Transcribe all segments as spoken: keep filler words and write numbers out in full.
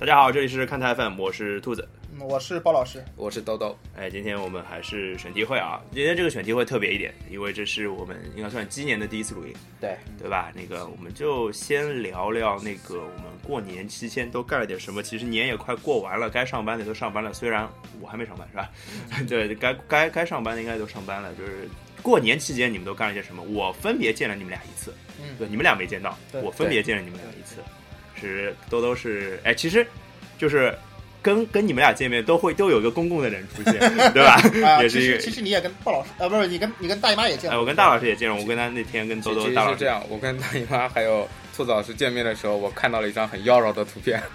大家好，这里是看台 F M， 我是兔子， 我是包老师， 我是兜兜。 哎，今天我们还是选题会啊。今天这个选题会特别一点，因为这是我们应该算鸡年的第一次录音， 对对吧？那个我们就先聊聊那个我们过年期间都干了点什么。其实年也快过完了，该上班的都上班了，虽然我还没上班，是吧？嗯、对，该该该上班的应该都上班了。就是过年期间你们都干了些什么？我分别见了你们俩一次， 嗯， 对，你们俩没见到，我分别见了你们俩一次。是兜兜是哎，其实就是跟跟你们俩见面都会都有一个公共的人出现，对吧？ 啊、 也是一个。 其实你也跟鲍老师啊，不是你跟你跟大姨妈也见了。 哎，我跟大老师也见了，我跟他那天跟兜兜大老师是这样，我跟大姨妈还有兔子老师见面的时候，我看到了一张很妖娆的图片。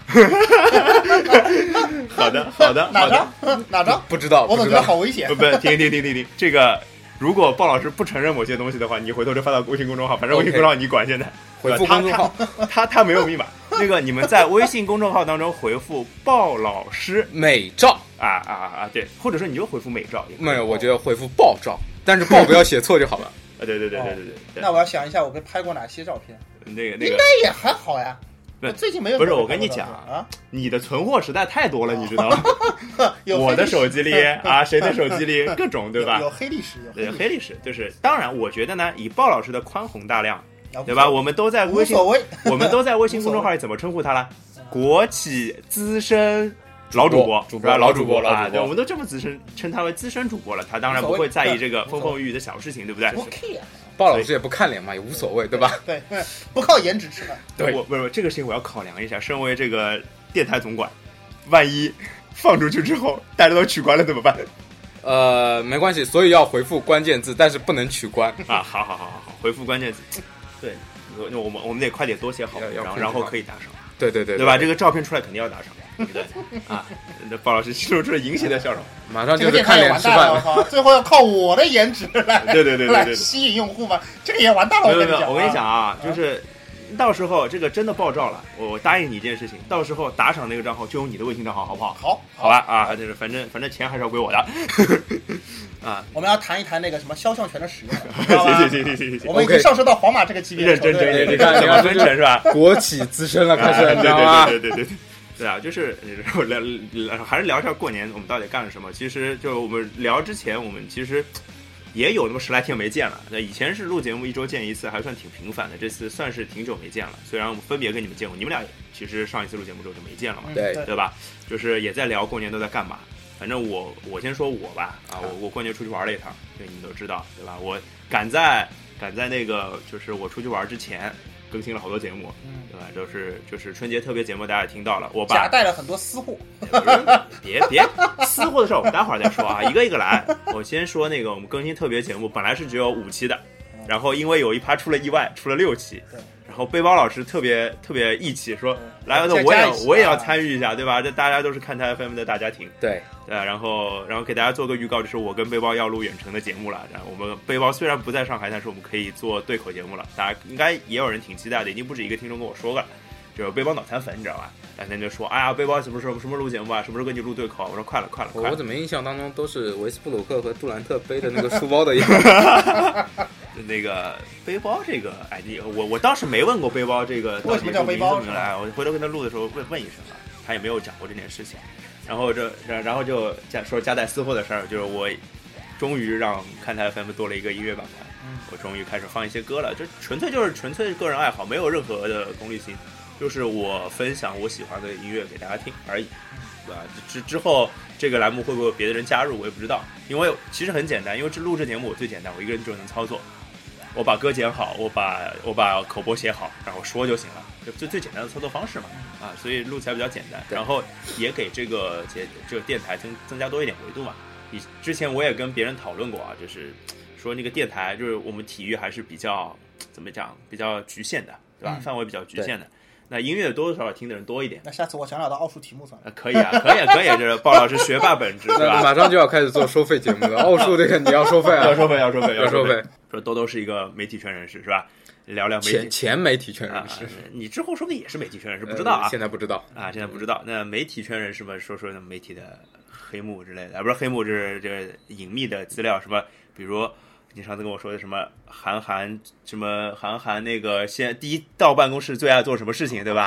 好的，好的， 哪张？哪张？ 不知道， 我总觉得好危险。 不不，停停停停停，这个。如果鲍老师不承认某些东西的话，你回头就发到微信公众号，反正微信公众号你管。现在回复公众号， 他他 他, 他没有密码。那个你们在微信公众号当中回复鲍老师美照啊啊啊，对，或者说你就回复美照。 没有，我觉得回复爆照，但是爆不要写错就好了。 啊，对对对对对 对, 对。 那我要想一下，我跟拍过哪些照片？ 那个那个应该也还好呀。我最近没有。 不是，我跟你讲啊，你的存货实在太多了，你知道吗？ 有我的手机里啊，谁的手机里各种，对吧？ 有, 有黑历史，有对黑历史，就是当然，我觉得呢，以鲍老师的宽宏大量，对吧？我们都在微信， 无所谓， 我们都在微信公众号里怎么称呼他了？国企资深老主播， 主播老主播了啊，对，我们都这么资深称他为资深主播了，他当然不会在意这个风风雨雨的小事情，对不对？ OK 啊。 鲍老师也不看脸嘛，也无所谓，对吧？ 对，不靠颜值吃饭。 对，我不是这个事情，我要考量一下。身为这个电台总管，万一放出去之后大家都取关了怎么办？ 呃，没关系，所以要回复关键字，但是不能取关啊！好好好好好，回复关键字。对，我我们我们得快点多写好，然后然后可以打赏。 对对对， 对吧？这个照片出来肯定要打赏。对不对啊？那鲍老师露出了淫邪的笑容， 马上就是看脸吃饭了。最后要靠我的颜值来， 对对对对对， 吸引用户嘛，这个也完蛋了。我跟你讲， 我跟你讲啊，就是到时候这个真的爆照了，我答应你一件事情，到时候打赏那个账号就用你的微信账号，好不好？ 好， 好吧啊，就是反正反正钱还是要归我的啊。 我们要谈一谈那个什么肖像权的使用， 行行行行行行， 我们已经上升到皇马这个级别， 认真真你看怎么分成是吧？ 国企资深了，开始， 对对对对对对。对啊，就是聊还是聊一下过年我们到底干了什么。其实就我们聊之前，我们其实也有那么十来天没见了。那以前是录节目一周见一次，还算挺频繁的。这次算是挺久没见了。虽然我们分别跟你们见过，你们俩其实上一次录节目之后就没见了嘛， 对对吧？就是也在聊过年都在干嘛。反正我我先说我吧，啊，我我过年出去玩了一趟，对你们都知道，对吧？我赶在赶在那个就是我出去玩之前。更新了好多节目，嗯，对吧？就是就是春节特别节目，大家也听到了。我把夹带了很多私货， 别别私货的事儿，我们待会儿再说啊，一个一个来。我先说那个，我们更新特别节目本来是只有五期的，然后因为有一趴出了意外，出了六期。然后背包老师特别特别义气，说来的我也我也要参与一下，对吧？这大家都是看台 F M 的大家庭， 对对。然后然后给大家做个预告，就是我跟背包要录远程的节目了。然后我们背包虽然不在上海，但是我们可以做对口节目了。大家应该也有人挺期待的，已经不止一个听众跟我说了，就是背包脑残粉，你知道吧？那天就说，哎呀，背包什么时候什么时候录节目啊？什么时候跟你录对口？我说快了快了快了。 我怎么印象当中都是维斯布鲁克和杜兰特背的那个书包的样子。 那个背包这个 I D， 我我当时没问过背包这个为什么叫背包来，我回头跟他录的时候问问一声啊，他也没有讲过这件事情。然后这然后就加说夹带私货的事儿，就是我终于让看台 F M 多了一个音乐板块，我终于开始放一些歌了，这纯粹就是纯粹个人爱好，没有任何的功利性，就是我分享我喜欢的音乐给大家听而已，对吧？之之后这个栏目会不会有别的人加入，我也不知道，因为其实很简单，因为这录制节目我最简单，我一个人就能操作。我把歌剪好，我把我把口播写好，然后说就行了，就最最简单的操作方式嘛，啊，所以录起来比较简单，然后也给这个节这个电台增增加多一点维度嘛。以之前我也跟别人讨论过啊，就是说那个电台就是我们体育还是比较怎么讲，比较局限的，对吧？嗯、范围比较局限的。那音乐多多少少听的人多一点。 那下次我想找到奥数题目算了。 呃、可以啊，可以啊，可以啊，就是鲍老师学霸本质，对吧？ 马上就要开始做收费节目了，奥数这个你要收费啊， 要收费，要收费， 要收费。 说兜兜是一个媒体圈人士，是吧？聊聊媒体前前媒体圈人士、 啊，你之后说不定也是媒体圈人士，不知道啊、 呃，现在不知道啊，现在不知道。那媒体圈人士们说说那媒体的黑幕之类的，啊，不是黑幕，就是这个隐秘的资料，什么，比如。你上次跟我说的什么韩寒什么韩寒那个先第一到办公室最爱做什么事情，对吧？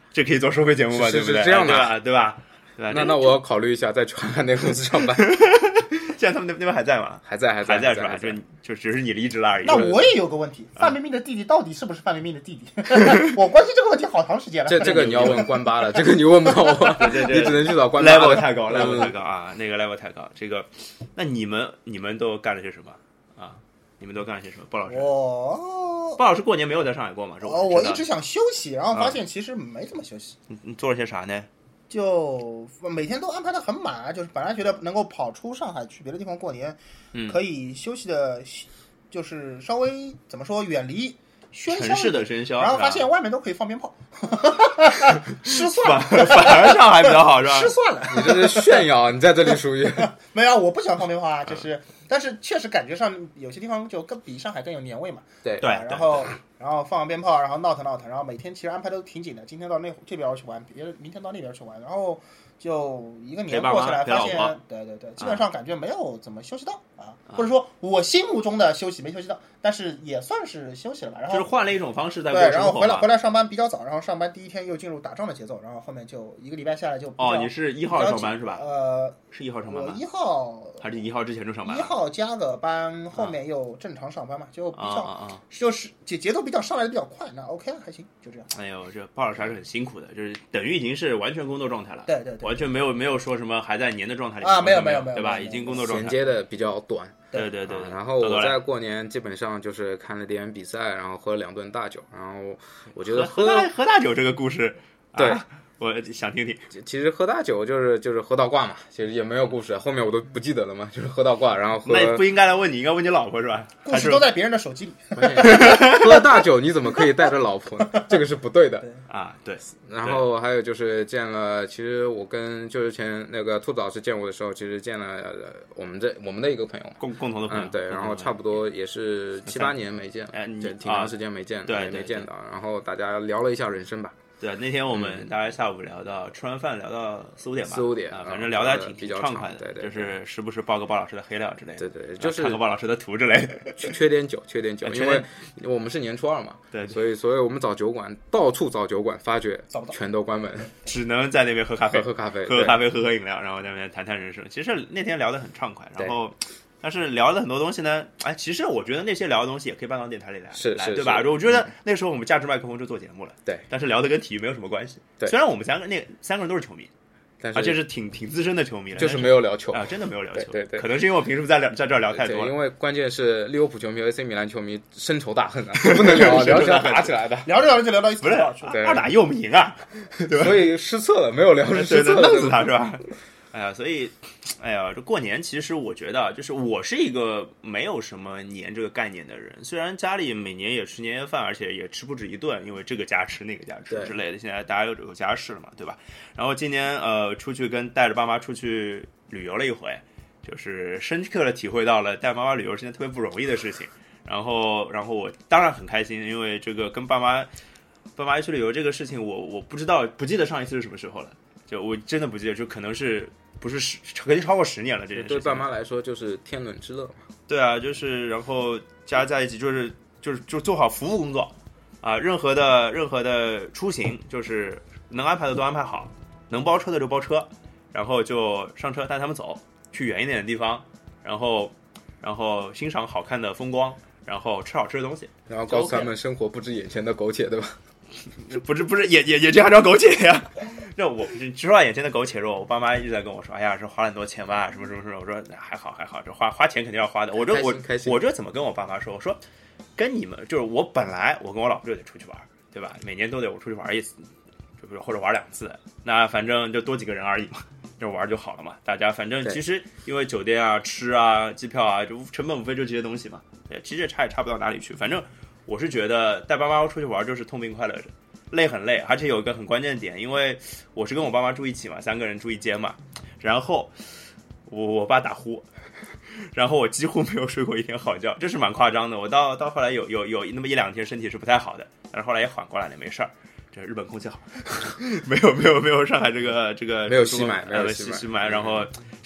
这可以做收费节目吧？ 是对不对？ 是这样的对吧？对吧？对吧？ 那那我要考虑一下，在川汉那公司上班。 现在他们那那边还在吗？ 还在还在还在是吧？ 还在就就只是你离职了而已。 那我也有个问题，范冰冰的弟弟到底是不是范冰冰的弟弟？我关心这个问题好长时间了。 这这个你要问关八了，这个你问不到我， 对对你只能去找关八。 level 太高嗯 ，level 太高啊，那个 level 太高。这个，那你们你们都干了些什么啊？你们都干了些什么？鲍老师， 我鲍老师过年没有在上海过吗？是呃， 我知道我一直想休息，然后发现其实没怎么休息。 你你做了些啥呢？ 就每天都安排的很满啊，就是本来觉得能够跑出上海去别的地方过年， 嗯可以休息的，就是稍微怎么说远离喧嚣城市的喧嚣， 然后发是吧现外面都可以放鞭炮，失算反反而上海比较好是吧？ 失算了。 你这是炫耀，你在这里属于没有，我不喜欢放鞭炮啊，就是，但是确实感觉上有些地方就更比上海更有年味嘛。 对对啊然后然后放完鞭炮，然后闹腾闹腾，然后每天其实安排都挺紧的，今天到那这边去玩，别明天到那边去玩，然后就一个年过下来，发陪爸妈陪老婆现对对对，基本上感觉没有怎么休息到啊，或者说我心目中的休息没休息到，但是也算是休息了吧。然后就是换了一种方式在过对， 生活嘛然后回来回。来上班比较早，然后上班第一天又进入打仗的节奏，然后后面就一个礼拜下来就比较哦，你是一号上班是吧？ 呃， 是一号上班吗？ 我一号还是一号之前就上班一了？ 号加个班，后面又正常上班嘛，就比较啊啊啊！ 就是节节奏比较上来的比较快，那 OK 啊，还行，就这样。 哎呦，这鲍老师还是很辛苦的，就是等于已经是完全工作状态了， 对对对完全没有没有说什么还在年的状态里啊没有完全没没有没有对吧？ 没有已经工作状态。 衔接的比较短。 对对对对。 啊然后多多来我在过年基本上就是看了点比赛，然后喝了两顿大酒，然后我觉得喝喝大喝大酒这个故事， 对啊我想听听。 其实喝大酒就是就是喝到挂嘛，其实也没有故事，后面我都不记得了嘛，就是喝到挂，然后喝那不应该来问你，应该问你老婆是吧？ 故事都在别人的手机里。 喝大酒你怎么可以带着老婆呢？这个是不对的。 啊，对。 然后还有就是见了，其实我跟就是前那个兔子老师见我的时候，其实见了呃我们这我们的一个朋友嘛， 共共同的朋友。 嗯，对，然后差不多也是七八年没见， 哎你这挺长时间没见， 对对没没见到，然后大家聊了一下人生吧。 对，那天我们大概下午聊到吃完饭聊到四五点吧， 四五点啊，反正聊的还挺比较挺畅快的， 长对对就是时不时爆个鲍老师的黑料之类的， 对对， 然后就是看个鲍老师的图之类的。 缺缺点酒，缺点酒， 啊缺因为点我们是年初二嘛， 对， 所以所以我们找酒馆，到处找酒馆，发觉找不到全都关门， 只能在那边喝咖啡， 喝喝咖啡， 喝喝咖啡，喝喝饮料，然后在那边谈谈人生。其实那天聊得很畅快，然后。但是聊的很多东西呢，哎，其实我觉得那些聊的东西也可以搬到电台里来， 是是来对吧？ 是我觉得那时候我们价值麦克风就做节目了， 对， 但是聊的跟体育没有什么关系。 对虽然我们三个那三个人都是球迷， 但而且是是挺挺资深的球迷了， 就是但没有聊球啊，真的没有聊球， 对对对可能是因为我平时在聊在这儿聊太多对， 了因。为关键是利物浦球迷和 A C 米兰球迷深仇大恨啊，不能聊，聊起来打起来的， 聊着聊着就聊到一起不是去了。 对二打一我们赢啊，对吧？ 所以失策了，没有聊是对对， 失策了， 弄死他是吧？哎呀，所以，哎呀，这过年其实我觉得啊，就是我是一个没有什么年这个概念的人。虽然家里每年也吃年夜饭，而且也吃不止一顿，因为这个家吃那个家吃对之类的。现在大家有有家室了嘛，对吧？然后今年呃出去跟带着爸妈出去旅游了一回，就是深刻的体会到了带妈妈旅游是件特别不容易的事情。然后，然后我当然很开心，因为这个跟爸妈爸妈一起旅游这个事情我，我我不知道不记得上一次是什么时候了。就我真的不记得，就可能是不是十，肯定超过十年了这件事情。 对爸妈来说就是天伦之乐嘛。 对啊，就是然后加在一起，就是就是就做好服务工作啊，任何的任何的出行，就是能安排的都安排好，能包车的就包车，然后就上车带他们走，去远一点的地方，然后然后欣赏好看的风光，然后吃好吃的东西， 然后告诉他们生活不止眼前的苟且，对吧？ 不是不是也也也这还叫苟且呀？这我说到眼前的苟且肉，我爸妈一直在跟我说，哎呀，这花了很多钱吧，什么什么什么。我说还好还好，这花花钱肯定要花的。我这我我这怎么跟我爸妈说？我说跟你们就是我本来我跟我老婆就得出去玩，对吧？每年都得我出去玩一次，就比如或者玩两次，那反正就多几个人而已嘛，就玩就好了嘛。大家反正其实因为酒店啊、吃啊、机票啊，就成本无非就这些东西嘛。其实也差也差不到哪里去，反正。我是觉得带爸妈出去玩就是痛并快乐着，累很累，而且有一个很关键的点，因为我是跟我爸妈住一起嘛，三个人住一间嘛，然后我我爸打呼，然后我几乎没有睡过一天好觉，这是蛮夸张的。我到到后来有有有那么一两天身体是不太好的，但是后来也缓过来了，没事儿。这日本空气好，没有没有没有上海这个这个没有吸霾，没有吸吸霾，然后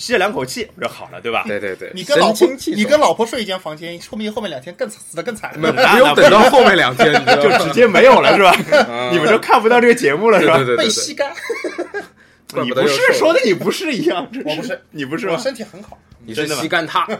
吸了两口气，我说好了，对吧？ 对对对， 你跟老婆你跟老婆睡一间房间，说明后面两天更死的更惨。 不用等到后面两天，你知道就直接没有了，是吧？你们就看不到这个节目了，是吧？ 对对对对被吸干。 你不是说的你不是一样， 我不是， 你不是吗？ 我身体很好， 你是吸干他。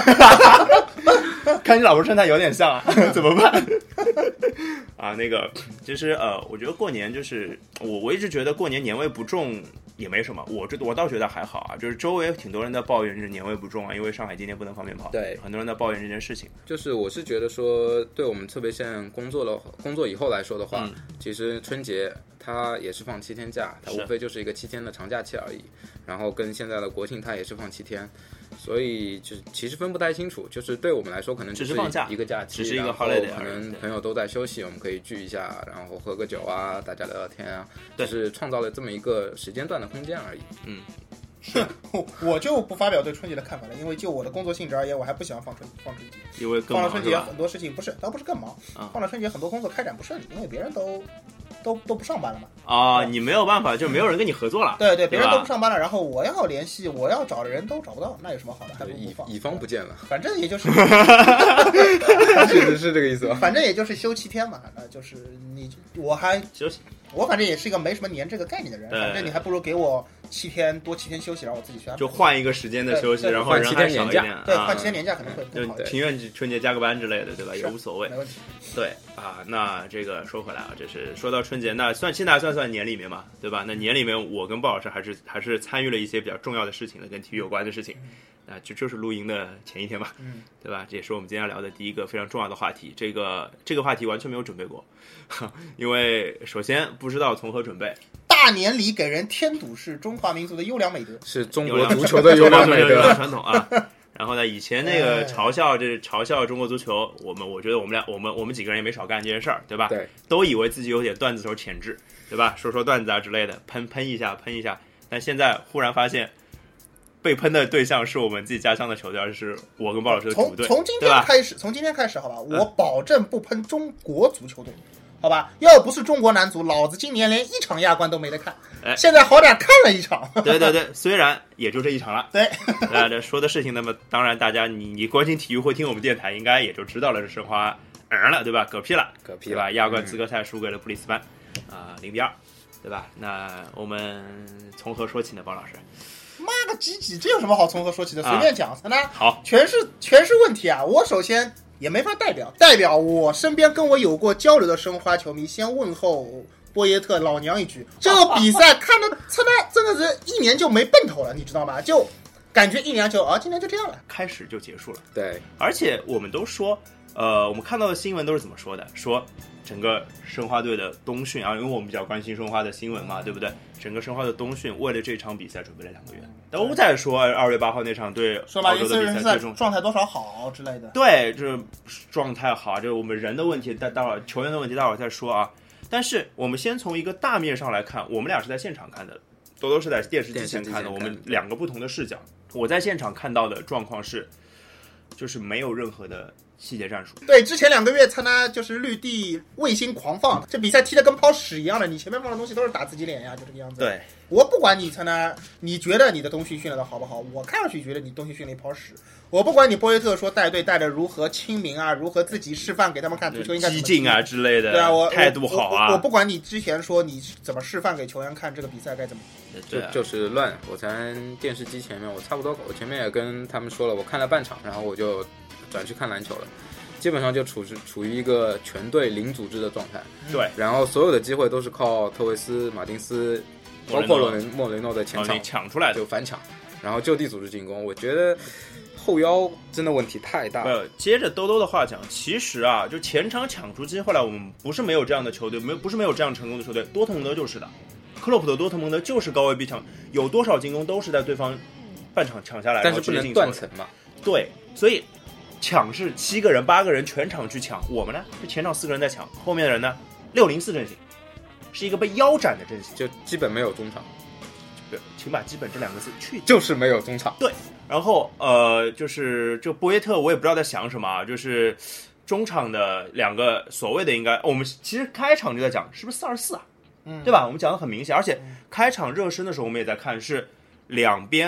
看你老婆身材有点像啊，怎么办？啊，那个，其实呃，我觉得过年就是我我一直觉得过年年味不重也没什么，我这我倒觉得还好啊，就是周围挺多人在抱怨这年味不重啊，因为上海今年不能放鞭炮， 对， 很多人在抱怨这件事情。 就是我是觉得说，对我们特别现在工作了工作以后来说的话， 嗯、 其实春节它也是放七天假，它无非就是一个七天的长假期而已，然后跟现在的国庆它也是放七天。所以就其实分不太清楚，就是对我们来说可能只是放假一个假期， 只是一个 holiday， 可能朋友都在休息，我们可以聚一下，然后喝个酒啊，大家聊聊天啊，就是创造了这么一个时间段的空间而已。 嗯， 我我就不发表对春节的看法了，因为就我的工作性质而言，我还不喜欢放春放春节， 因为放了春节很多事情不是，倒不是更忙， 嗯、 放了春节很多工作开展不顺利，因为别人都。都都不上班了嘛？ 啊，你没有办法，就没有人跟你合作了。 对对，别人都不上班了，然后我要联系，我要找的人都找不到，那有什么好的？还不如不放。 乙方不见了， 反正也就是， 确实是这个意思吧？ 反正也就是休七天嘛，那就是你我还休息， 我反正也是一个没什么年这个概念的人，反正你还不如给我七天多七天休息，让我自己去安排。 就换一个时间的休息，然后人还少一点， 对，换七天年假可能会更好。 就情愿春节加个班之类的，对吧？也无所谓， 没问题。 对啊，那这个说回来啊，就是说到春节，那算现在算算年里面嘛，对吧？那年里面我跟鲍老师还是还是参与了一些比较重要的事情的，跟体育有关的事情。那就就是录音的前一天嘛， 嗯， 对吧？这也是我们今天要聊的第一个非常重要的话题。这个这个话题完全没有准备过，因为首先不知道从何准备。 大年里给人添堵是中华民族的优良美德， 是中国足球的优良美德传统啊。然后呢，以前那个嘲笑这嘲笑中国足球，我们我觉得我们俩我们我们几个人也没少干这件事儿，对吧？ 对， 都以为自己有点段子手潜质，对吧？说说段子啊之类的，喷喷一下喷一下。但现在忽然发现，被喷的对象是我们自己家乡的球队，而是我跟鲍老师的主队。 从从今天开始，从今天开始，好吧，我保证不喷中国足球队。好吧，要不是中国男足，老子今年连一场亚冠都没得看。 哎， 现在好歹看了一场。 对对对，虽然也就这一场了。 对， 呃，这说的事情，那么当然大家你你关心体育或听我们电台，应该也就知道了，这申花嗯了，对吧？嗝屁了， 嗝屁了，对吧？亚冠资格赛输给了布里斯班，啊、呃，零比二，对吧？那我们从何说起呢，包老师？ 妈个鸡鸡，这有什么好从何说起的？随便讲，那、啊、 好， 全是全是问题啊！我首先。也没法代表代表我身边跟我有过交流的申花球迷，先问候波耶特老娘一句：这个比赛看的真的真的是一年就没奔头了，你知道吗？就感觉一年就啊，今年就这样了， 开始就结束了。 对， 而且我们都说，呃，我们看到的新闻都是怎么说的？说整个申花队的冬训啊，因为我们比较关心申花的新闻嘛，对不对？整个申花的冬训为了这场比赛准备了两个月，都在说二月八号那场对澳洲的比赛最终状态多少好之类的。 对，就是状态好，就是我们人的问题，待待会儿球员的问题，待会儿再说啊。但是我们先从一个大面上来看，我们俩是在现场看的，都都是在电视机前看的，我们两个不同的视角。我在现场看到的状况是，就是没有任何的细节战术。 对，之前两个月参加就是绿地卫星狂放，这比赛踢得跟泡屎一样的，你前面放的东西都是打自己脸呀，就这个样子。 对， 我不管你参加，你觉得你的东西训练的好不好，我看上去觉得你东西训练一泡屎。我不管你波耶特说带队带的如何亲民啊，如何自己示范给他们看足球应该怎么激进啊之类的， 对啊，我态度好啊我我。我不管你之前说你怎么示范给球员看这个比赛该怎么， 就就是乱。我在电视机前面，我差不多，我前面也跟他们说了，我看了半场，然后我就转去看篮球了。基本上就处处于一个全队零组织的状态， 对， 然后所有的机会都是靠特维斯、马丁斯，包括洛雷莫雷诺的前场抢出来的， 就反抢，然后就地组织进攻。我觉得后腰真的问题太大了。 接着兜兜的话讲，其实啊，就前场抢出机会来，我们不是没有这样的球队，没有不是没有这样成功的球队，多特蒙德就是的，克洛普的多特蒙德就是高位逼抢，有多少进攻都是在对方半场抢下来， 但是不能断层嘛。 对，所以。抢是七个人八个人全场去抢，我们呢是前场四个人在抢，后面的人呢六零四阵型，是一个被腰斩的阵型， 就基本没有中场。 对，请把基本这两个字去， 就是没有中场。 对，然后呃就是就波耶特我也不知道在想什么啊，就是中场的两个所谓的应该我们其实开场就在讲是不是四二四啊， 嗯， 对吧？我们讲的很明显，而且开场热身的时候我们也在看是两边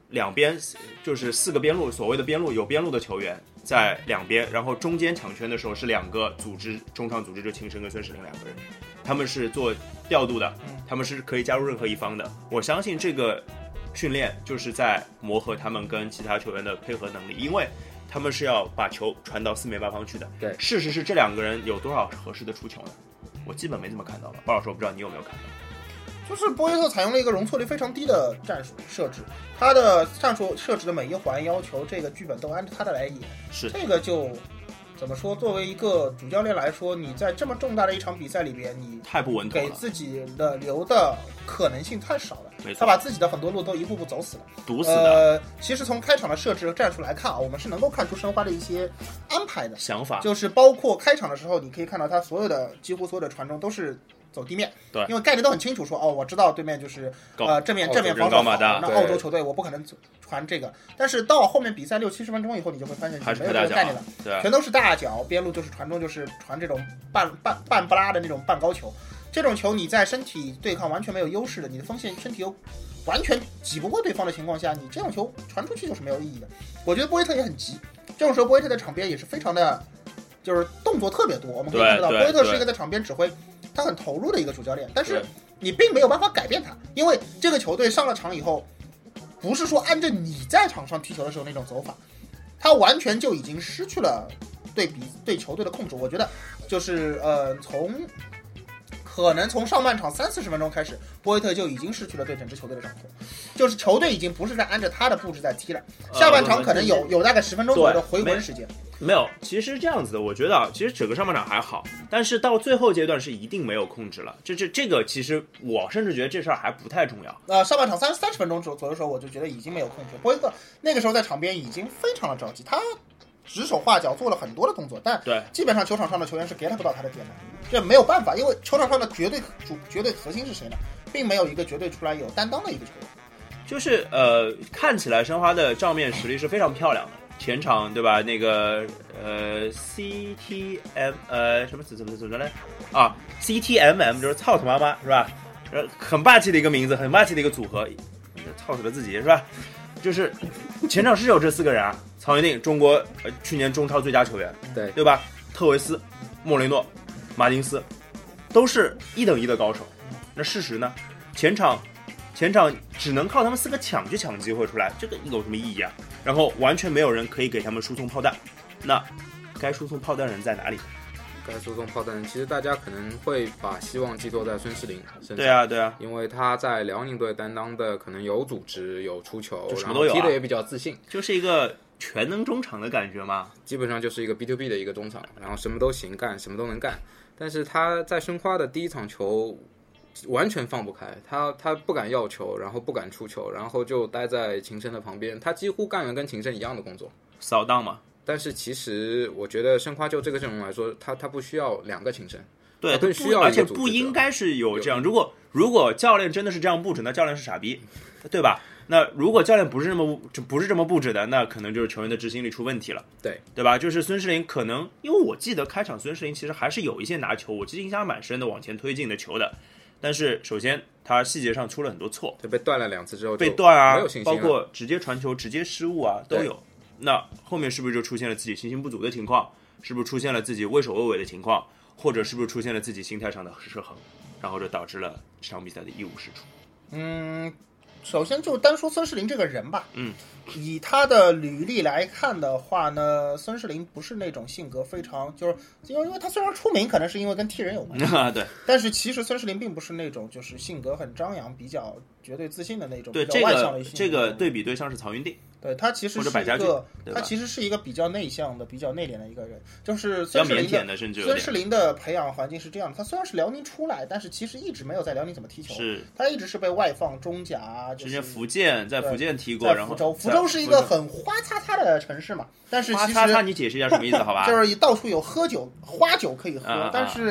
两边就是四个边路，所谓的边路有边路的球员在两边，然后中间抢圈的时候是两个组织中场组织，就秦升跟孙世林两个人，他们是做调度的，他们是可以加入任何一方的。我相信这个训练就是在磨合他们跟其他球员的配合能力，因为他们是要把球传到四面八方去的。 对， 事实是这两个人有多少合适的出球呢？我基本没怎么看到了。包老师，我不知道你有没有看到。 就是波耶特采用了一个容错率非常低的战术设置，他的战术设置的每一环要求这个剧本都按照他的来演， 是这个就怎么说？作为一个主教练来说，你在这么重大的一场比赛里边，你太不稳妥了， 给自己的留的可能性太少了。 没错， 他把自己的很多路都一步步走死了， 堵死的。 呃，其实从开场的设置和战术来看啊，我们是能够看出申花的一些安排的想法， 就是包括开场的时候，你可以看到他所有的几乎所有的传中都是走地面， 对， 因为概念都很清楚说，哦，我知道对面就是呃正面正面防守好，那澳洲球队我不可能传这个。但是到后面比赛六七十分钟以后，你就会发现没有这个概念了， 对， 全都是大脚边路，就是传中就是传这种半半半不拉的那种半高球。这种球你在身体对抗完全没有优势的，你的锋线身体又完全挤不过对方的情况下，你这种球传出去就是没有意义的。我觉得波耶特也很急，这种时候波耶特在场边也是非常的，就是动作特别多。我们可以看到波耶特是一个在场边指挥他很投入的一个主教练，但是你并没有办法改变他，因为这个球队上了场以后，不是说按照你在场上踢球的时候那种走法，他完全就已经失去了对比对球队的控制。我觉得就是呃从。可能从上半场三四十分钟开始，波耶特就已经失去了对整支球队的掌控，就是球队已经不是在按照他的布置在踢了。下半场可能有、呃、有大概十分钟左右的回魂时间。 没有，其实这样子的，我觉得啊，其实整个上半场还好，但是到最后阶段是一定没有控制了。这这这个其实我甚至觉得这事儿还不太重要。 呃，上半场三三十分钟左右的时候，我就觉得已经没有控制。波耶特那个时候在场边已经非常的着急，他指手画脚做了很多的动作，但对基本上球场上的球员是 get 不到他的点的，这没有办法，因为球场上的绝对主绝对核心是谁呢？并没有一个绝对出来有担当的一个球员。 就是呃，看起来申花的账面实力是非常漂亮的，前场对吧？那个呃 C T M 呃什么怎么怎么怎么来啊 C T M M 就是操他妈妈是吧？呃，很霸气的一个名字，很霸气的一个组合，操死了自己是吧？就是前场是有这四个人啊，曹云定，中国、呃、去年中超最佳球员， 对对吧？特维斯、莫雷诺、马丁斯，都是一等一的高手。那事实呢？前场前场只能靠他们四个抢去抢机会出来，这个有什么意义啊？然后完全没有人可以给他们输送炮弹，那该输送炮弹人在哪里？ 该输送炮弹，其实大家可能会把希望寄托在孙世林身上。 对啊，对啊， 因为他在辽宁队担当的可能有组织、有出球， 什么都有、啊， 踢的也比较自信， 就是一个全能中场的感觉嘛。 基本上就是一个 B to B 的一个中场，然后什么都行干，什么都能干。但是他在申花的第一场球完全放不开，他他不敢要球，然后不敢出球，然后就待在秦升的旁边，他几乎干了跟秦升一样的工作， 扫荡嘛。 但是其实我觉得申花就这个阵容来说，他他不需要两个秦升， 对， 更需要而且不应该是有这样。如果如果教练真的是这样布置，那教练是傻逼，对吧？那如果教练不是这么不是这么布置的，那可能就是球员的执行力出问题了， 对对吧？就是孙世林可能，因为我记得开场孙世林其实还是有一些拿球，我记得印象蛮深的往前推进的球的，但是首先他细节上出了很多错， 就被断了两次之后被断啊， 没有信心包括直接传球、直接失误啊都有。那后面是不是就出现了自己信心不足的情况？是不是出现了自己畏首畏尾的情况？或者是不是出现了自己心态上的失衡？然后就导致了这场比赛的一无是处。 嗯，首先就单说孙世林这个人吧， 嗯， 以他的履历来看的话呢，孙世林不是那种性格非常，就是因为因为他虽然出名，可能是因为跟踢人有关， 啊对， 但是其实孙世林并不是那种就是性格很张扬、比较绝对自信的那种， 对比较外向的这个这个对比对象是曹云定。 对，他其实是一个，他其实是一个比较内向的、比较内敛的一个人。就是孙世林的， 的甚至孙世林的培养环境是这样的：他虽然是辽宁出来，但是其实一直没有在辽宁怎么踢球。 是， 他一直是被外放中甲，就是、 之前福建在福建踢过， 然后福州，福州是一个很花擦擦的城市嘛。但是其实花擦擦，你解释一下什么意思？好吧？ 就是到处有喝酒、花酒可以喝， 啊、 但是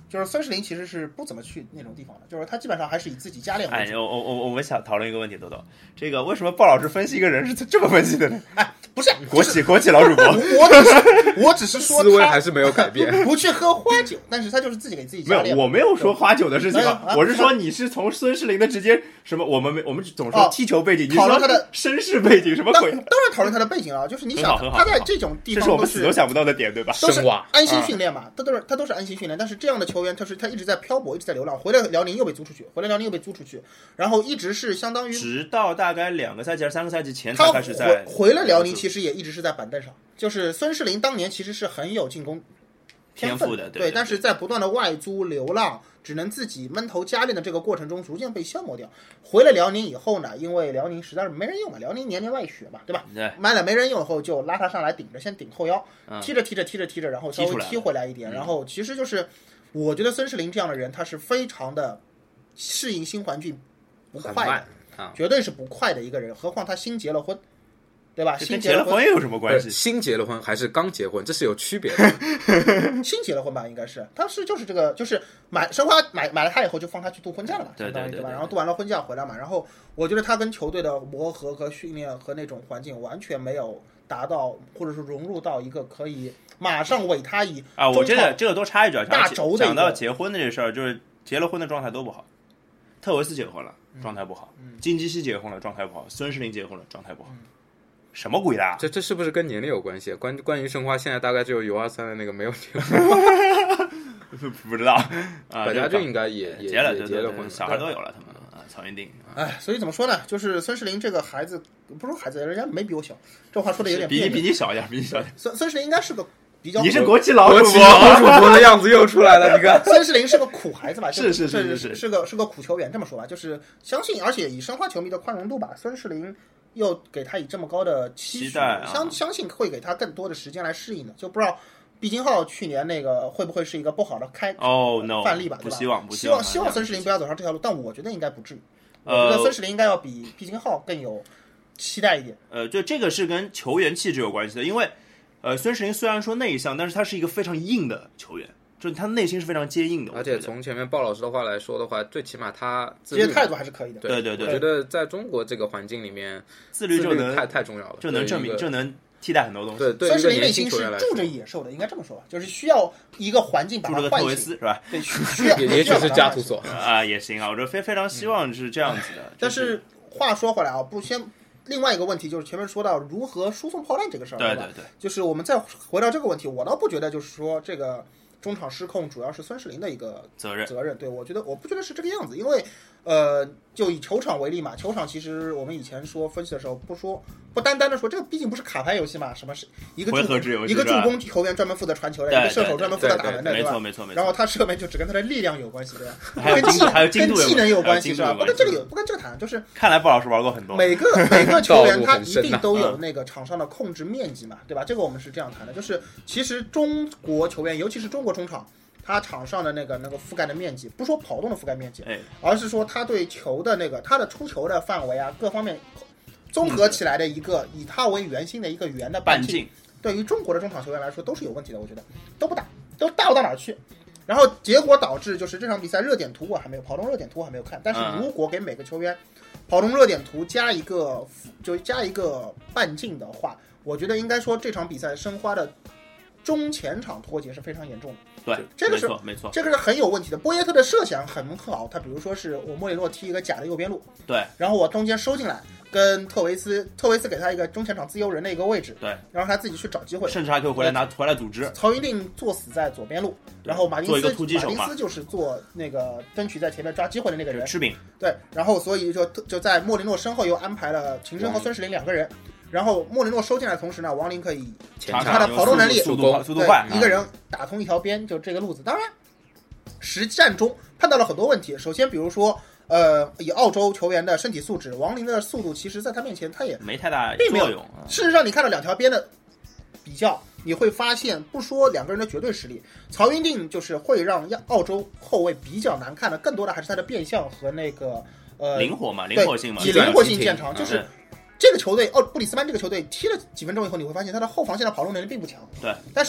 就是孙世林其实是不怎么去那种地方的，就是他基本上还是以自己家练为主。 哎，我我我们想讨论一个问题，豆豆，这个为什么鲍老师分析一个人是这么分析的呢？ 哎，不是国企、就是、国企老主播， 我只是我只是说思维还是没有改变， 不去喝花酒，但是他就是自己给自己家练。 没有，我没有说花酒的事情啊， 啊我是说你是从孙世林的直接什么，我们没我们总说踢球背景， 哦、讨论他的身世背景什么鬼？ 当然讨论他的背景了，就是你想他在这种地方， 这是我们死都想不到的点，对吧？ 都是安心训练嘛，他都是他都是安心训练，但是这样的球员，他是他一直在漂泊，一直在流浪，回来辽宁又被租出去，回来辽宁又被租出去，然后一直是相当于直到大概两个赛季还是三个赛季前才开始在回了辽宁，其实也一直是在板凳上。就是孙世林当年其实是很有进攻天赋的， 对，但是在不断的外租流浪，只能自己闷头加练的这个过程中，逐渐被消磨掉。回了辽宁以后呢，因为辽宁实在是没人用嘛，辽宁年年外血嘛，对吧？ 对， 买了没人用以后，就拉他上来顶着，先顶后腰， 嗯、 踢着踢着踢着踢着，然后稍微踢回来一点，然后其实就是，我觉得孙世林这样的人，他是非常的适应新环境不快的， 啊、 绝对是不快的一个人，何况他新结了婚。对吧？新结了婚有什么关系？ 新结了婚还是刚结婚，这是有区别的。 新结了婚吧，应该是当时就是这个，就是买申花买买了他以后，就放他去度婚假了嘛， 对对 对, 对吧？然后度完了婚假回来嘛，然后我觉得他跟球队的磨合和训练和那种环境完全没有达到，或者说融入到一个可以马上为他以啊，我这个这个多插一句啊， 大轴的讲到结婚的这事儿，就是结了婚的状态都不好。特维斯结婚了，状态不好； 嗯、 金基熙结婚了，状态不好；孙世林结婚了，状态不好。嗯什么鬼的、啊？ 这这是不是跟年龄有关系？关关于申花现在大概只有尤二三的那个没有结婚， 不知道啊。 百家俊应该也也结了， 也结了婚， 小孩都有了，他们啊，曹云定。 哎，所以怎么说呢？就是孙世林这个孩子，不是说孩子，人家没比我小，这话说的有点比你比你小一点，比你小一点。 孙孙世林应该是个比较， 你是国企老主播， 老主播的样子又出来了，你看。 孙世林是个苦孩子吧？ 是是是是是是个是个苦球员，这么说吧，就是相信，而且以申花球迷的宽容度吧，孙世林。又给他以这么高的期许， 啊、 相相信会给他更多的时间来适应的，就不知道毕金浩去年那个会不会是一个不好的开哦、oh, no, 范例吧？ 不希望，不希望，希望孙世林不要走上这条路，但我觉得应该不至于。 呃、 我觉得孙世林应该要比毕金浩更有期待一点。 呃，就这个是跟球员气质有关系的，因为呃，孙世林虽然说内向，但是他是一个非常硬的球员。就是他内心是非常坚硬的， 而且从前面鲍老师的话来说的话，最起码他自律态度还是可以的。 对对对， 我觉得在中国这个环境里面， 自律就能太太重要了， 就能证明，就能替代很多东西。 对对， 孙世林内心是住着野兽的，应该这么说吧，就是需要一个环境把它唤醒， 是吧？ 对，需要， 也许是加图索啊，也行啊，我这非非常希望是这样子的。 但是话说回来啊，不先。另外一个问题就是前面说到如何输送炮弹这个事儿， 对对对， 就是我们再回到这个问题，我倒不觉得就是说这个。中场失控主要是孙世林的一个责任， 责任对我觉得我不觉得是这个样子，因为呃，就以球场为例嘛，球场其实我们以前说分析的时候不说不单单的说这个毕竟不是卡牌游戏嘛，什么是一个助一个助攻球员专门负责传球的，一个射手专门负责打门的， 对吧？没错没错。 然后他射门就只跟他的力量有关系，对吧？ 还有精还有跟技能有关系是吧？不跟这个有不跟这个谈，就是看来鲍老师玩过很多。 每个每个球员他一定都有那个场上的控制面积嘛，对吧？这个我们是这样谈的，就是其实中国球员，尤其是中国中场。他场上的那个那个覆盖的面积，不说跑动的覆盖面积， 哎， 而是说他对球的那个他的出球的范围啊，各方面综合起来的一个、嗯、以他为圆心的一个圆的半径，对于中国的中场球员来说都是有问题的，我觉得都不大，都大不到哪儿去。然后结果导致就是这场比赛热点图我还没有跑动热点图我还没有看，但是如果给每个球员跑动热点图加一个就加一个半径的话，我觉得应该说这场比赛申花的中前场脱节是非常严重的。 对， 这个是没错， 这个是很有问题的。波耶特的设想很好，他比如说是我莫里诺踢一个假的右边路， 对， 然后我中间收进来，跟特维斯，特维斯给他一个中前场自由人的一个位置， 对， 然后他自己去找机会， 甚至还可以回来拿回来组织。 曹云定坐死在左边路，然后马丁斯突击手马丁斯就是做那个争取在前面抓机会的那个人， 吃饼。 对，然后所以就就在莫里诺身后又安排了秦升和孙世林两个人。然后莫里诺收进来的同时呢，王林可以以他的跑动能力、 速度速度快， 一个人打通一条边，就这个路子。当然，实战中碰到了很多问题。首先，比如说，呃，以澳洲球员的身体素质，王林的速度其实在他面前他也没太大并没有用。 事实上，你看到两条边的比较，你会发现，不说两个人的绝对实力，曹云定就是会让澳洲后卫比较难看的，更多的还是他的变向和那个呃灵活嘛，灵活性嘛， 以灵活性见长， 嗯、 就是。这个球队，哦，布里斯班这个球队踢了几分钟以后，你会发现他的后防线的跑动能力并不强。 对， 但是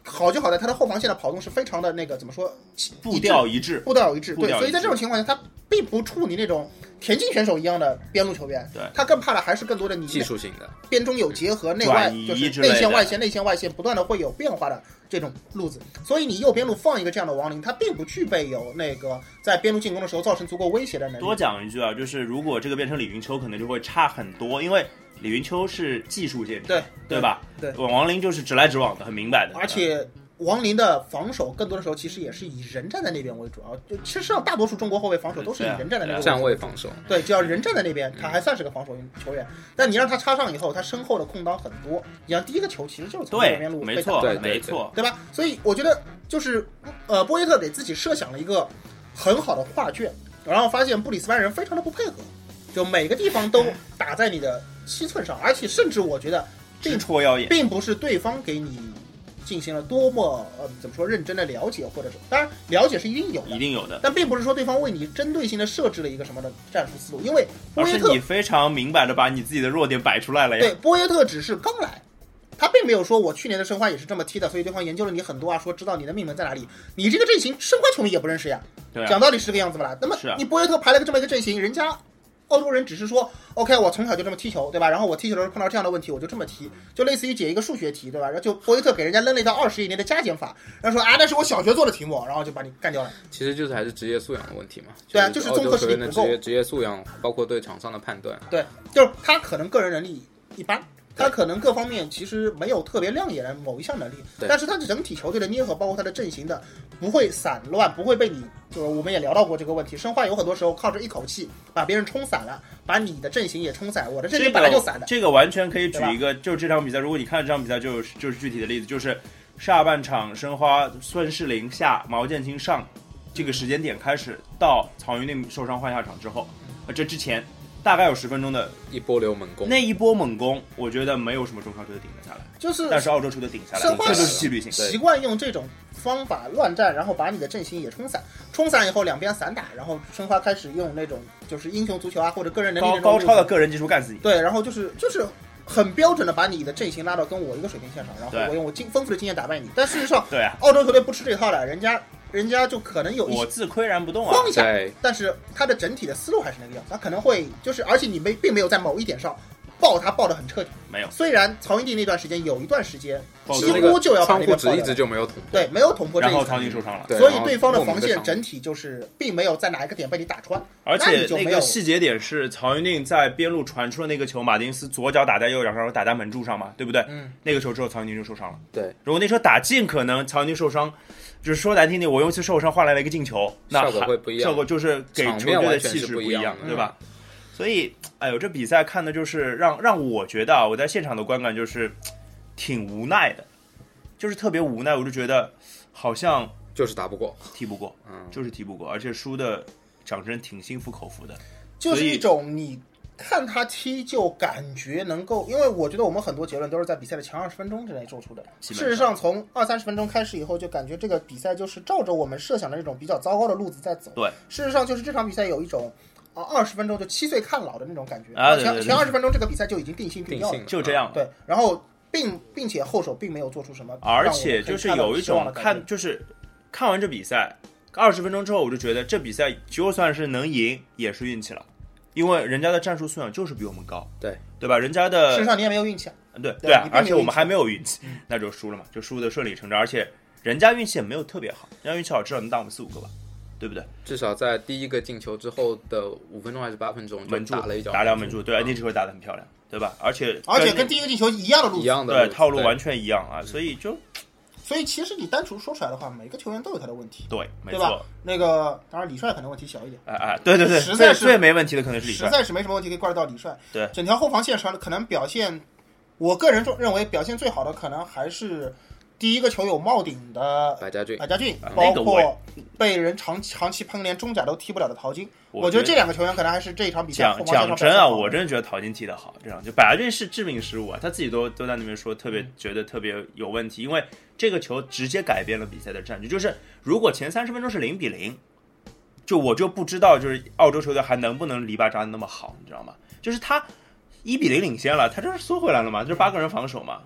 好就好在他的后防线的跑动是非常的那个怎么说， 步调一致， 步调一致。对， 步调一致所以在这种情况下，他并不处理那种田径选手一样的边路球员， 对， 他更怕的还是更多的你技术性的边中有结合，内外转移就是之类的内线外线内线外线不断的会有变化的这种路子。所以你右边路放一个这样的亡灵，他并不具备有那个在边路进攻的时候造成足够威胁的能力。 多讲一句啊，就是如果这个变成李云秋，可能就会差很多，因为李云秋是技术建设， 对对吧？ 对， 王林就是直来直往的，很明白的。 而且王林的防守更多的时候其实也是以人站在那边为主啊，就其实上大多数中国后卫防守都是以人站在那边为主， 站位防守。 对，只要人站在那边，他还算是个防守球员。但你让他插上以后，他身后的空档很多。你像第一个球其实就是从右边路被没错， 对没错， 对吧？所以我觉得就是呃，波耶特给自己设想了一个很好的画卷，然后发现布里斯班人非常的不配合，就每个地方都打在你的七寸上，而且甚至我觉得并戳腰眼， 并不是对方给你进行了多么呃怎么说认真的了解，或者是当然了解是一定有的， 一定有的， 但并不是说对方为你针对性的设置了一个什么的战术思路，因为波耶特而是你非常明白的把你自己的弱点摆出来了呀。 对，波耶特只是刚来，他并没有说我去年的申花也是这么踢的，所以对方研究了你很多啊，说知道你的命门在哪里。你这个阵型，申花球迷也不认识呀。 对啊， 讲道理是这个样子吧啦。那么你波耶特排了个这么一个阵型，人家澳洲人只是说 OK 我从小就这么踢球，对吧？然后我踢球的时候碰到这样的问题我就这么踢，就类似于解一个数学题，对吧？然后就波耶特给人家扔了一道二十亿年的加减法，然后说啊那是我小学做的题目，然后就把你干掉了。 其实就是还是职业素养的问题嘛。 对啊，就是综合实力不够， 职业职业素养包括对场上的判断。 对，就是他可能个人能力一般，他可能各方面其实没有特别亮眼的某一项能力，但是他整体球队的捏合，包括他的阵型的不会散乱，不会被你就是我们也聊到过这个问题，申花有很多时候靠着一口气把别人冲散了，把你的阵型也冲散，我的阵型本来就散的。 这个、这个完全可以举一个，就是这场比赛，如果你看这场比赛就，就是就是具体的例子，就是下半场申花孙世林下，毛剑卿上，这个时间点开始到曹云定受伤换下场之后，呃，这之前。大概有十分钟的一波流猛攻， 那一波猛攻，我觉得没有什么中超球队顶得下来， 就是但是澳洲球队顶下来，这就是纪律性。 习惯用这种方法乱战，然后把你的阵型也冲散，冲散以后两边散打，然后申花开始用那种就是英雄足球啊或者个人能力高高超的个人技术干死你。 对，然后就是就是很标准的把你的阵型拉到跟我一个水平线上，然后我用我经丰富的经验打败你。但事实上， 对啊， 澳洲球队不吃这套的，人家。人家就可能有一我自岿然不动啊， 慌一下，但是他的整体的思路还是那个样子，他可能会就是，而且你没并没有在某一点上爆他爆得很彻底， 没有。 虽然曹云定那段时间有一段时间几乎就要把那个仓库值一直就没有捅破， 对，没有捅破这一层， 然后曹云定受伤了， 所以对方的防线整体就是并没有在哪一个点被你打穿， 而且那个细节点是曹云定在边路传出了那个球，马丁斯左脚打在右脚上，然后打在门柱上嘛，对不对？ 嗯， 那个球之后曹云定就受伤了。 对， 如果那球打进，可能曹云定受伤。就是说难听点，我用一次受伤换来了一个进球，那效果会不一样， 效果就是给球队的气势不一样，对吧？ 嗯、 所以，哎呦，这比赛看的就是让让我觉得啊，我在现场的观感就是挺无奈的，就是特别无奈，我就觉得好像就是打不过， 踢不过， 嗯， 就是踢不过，而且输的讲真挺心服口服的， 就是一种你。看他踢就感觉能够，因为我觉得我们很多结论都是在比赛的前二十分钟之内做出的。事实上，从二三十分钟开始以后，就感觉这个比赛就是照着我们设想的那种比较糟糕的路子在走。 对， 事实上就是这场比赛有一种啊二十分钟就七岁看老的那种感觉。 啊，对对对前前二十分钟这个比赛就已经定性定掉了， 就这样。 对，然后并并且后手并没有做出什么， 而且就是有一种看，就是看完这比赛二十分钟之后，我就觉得这比赛就算是能赢，也是运气了。因为人家的战术素养就是比我们高， 对对吧？人家的事实上你也没有运气啊， 对对啊，而且我们还没有运气，嗯、那就输了嘛，就输的顺理成章。而且人家运气也没有特别好，人家运气好至少能打我们四五个吧，对不对？ 至少在第一个进球之后的五分钟还是八分钟， 门柱打了一脚， 打了门柱，对，那机会打得很漂亮，对吧？而且而且跟第一个进球一样的路子， 一样的对套路完全一样啊，所以就。 所以其实你单纯说出来的话，每个球员都有他的问题， 对，没错。对吧？那个当然李帅可能问题小一点， 哎哎，对对对， 实在是最没问题的可能是李帅， 实在是没什么问题可以怪得到李帅。 对， 整条后防线上可能表现，我个人认为表现最好的可能还是第一个球有帽顶的白家俊， 白家俊， 啊、 包括被人长长期喷连中甲都踢不了的陶晶。我觉得这两个球员可能还是这一场比赛讲讲真啊，我真的觉得陶晶踢得好，这样就白家俊是致命失误啊，他自己都都在那边说特别、嗯、觉得特别有问题，因为这个球直接改变了比赛的战局。就是如果前三十分钟是零比零，就我就不知道就是澳洲球队还能不能篱笆扎的那么好，你知道吗？就是他一比零领先了，他就是缩回来了嘛，就是八个人防守嘛。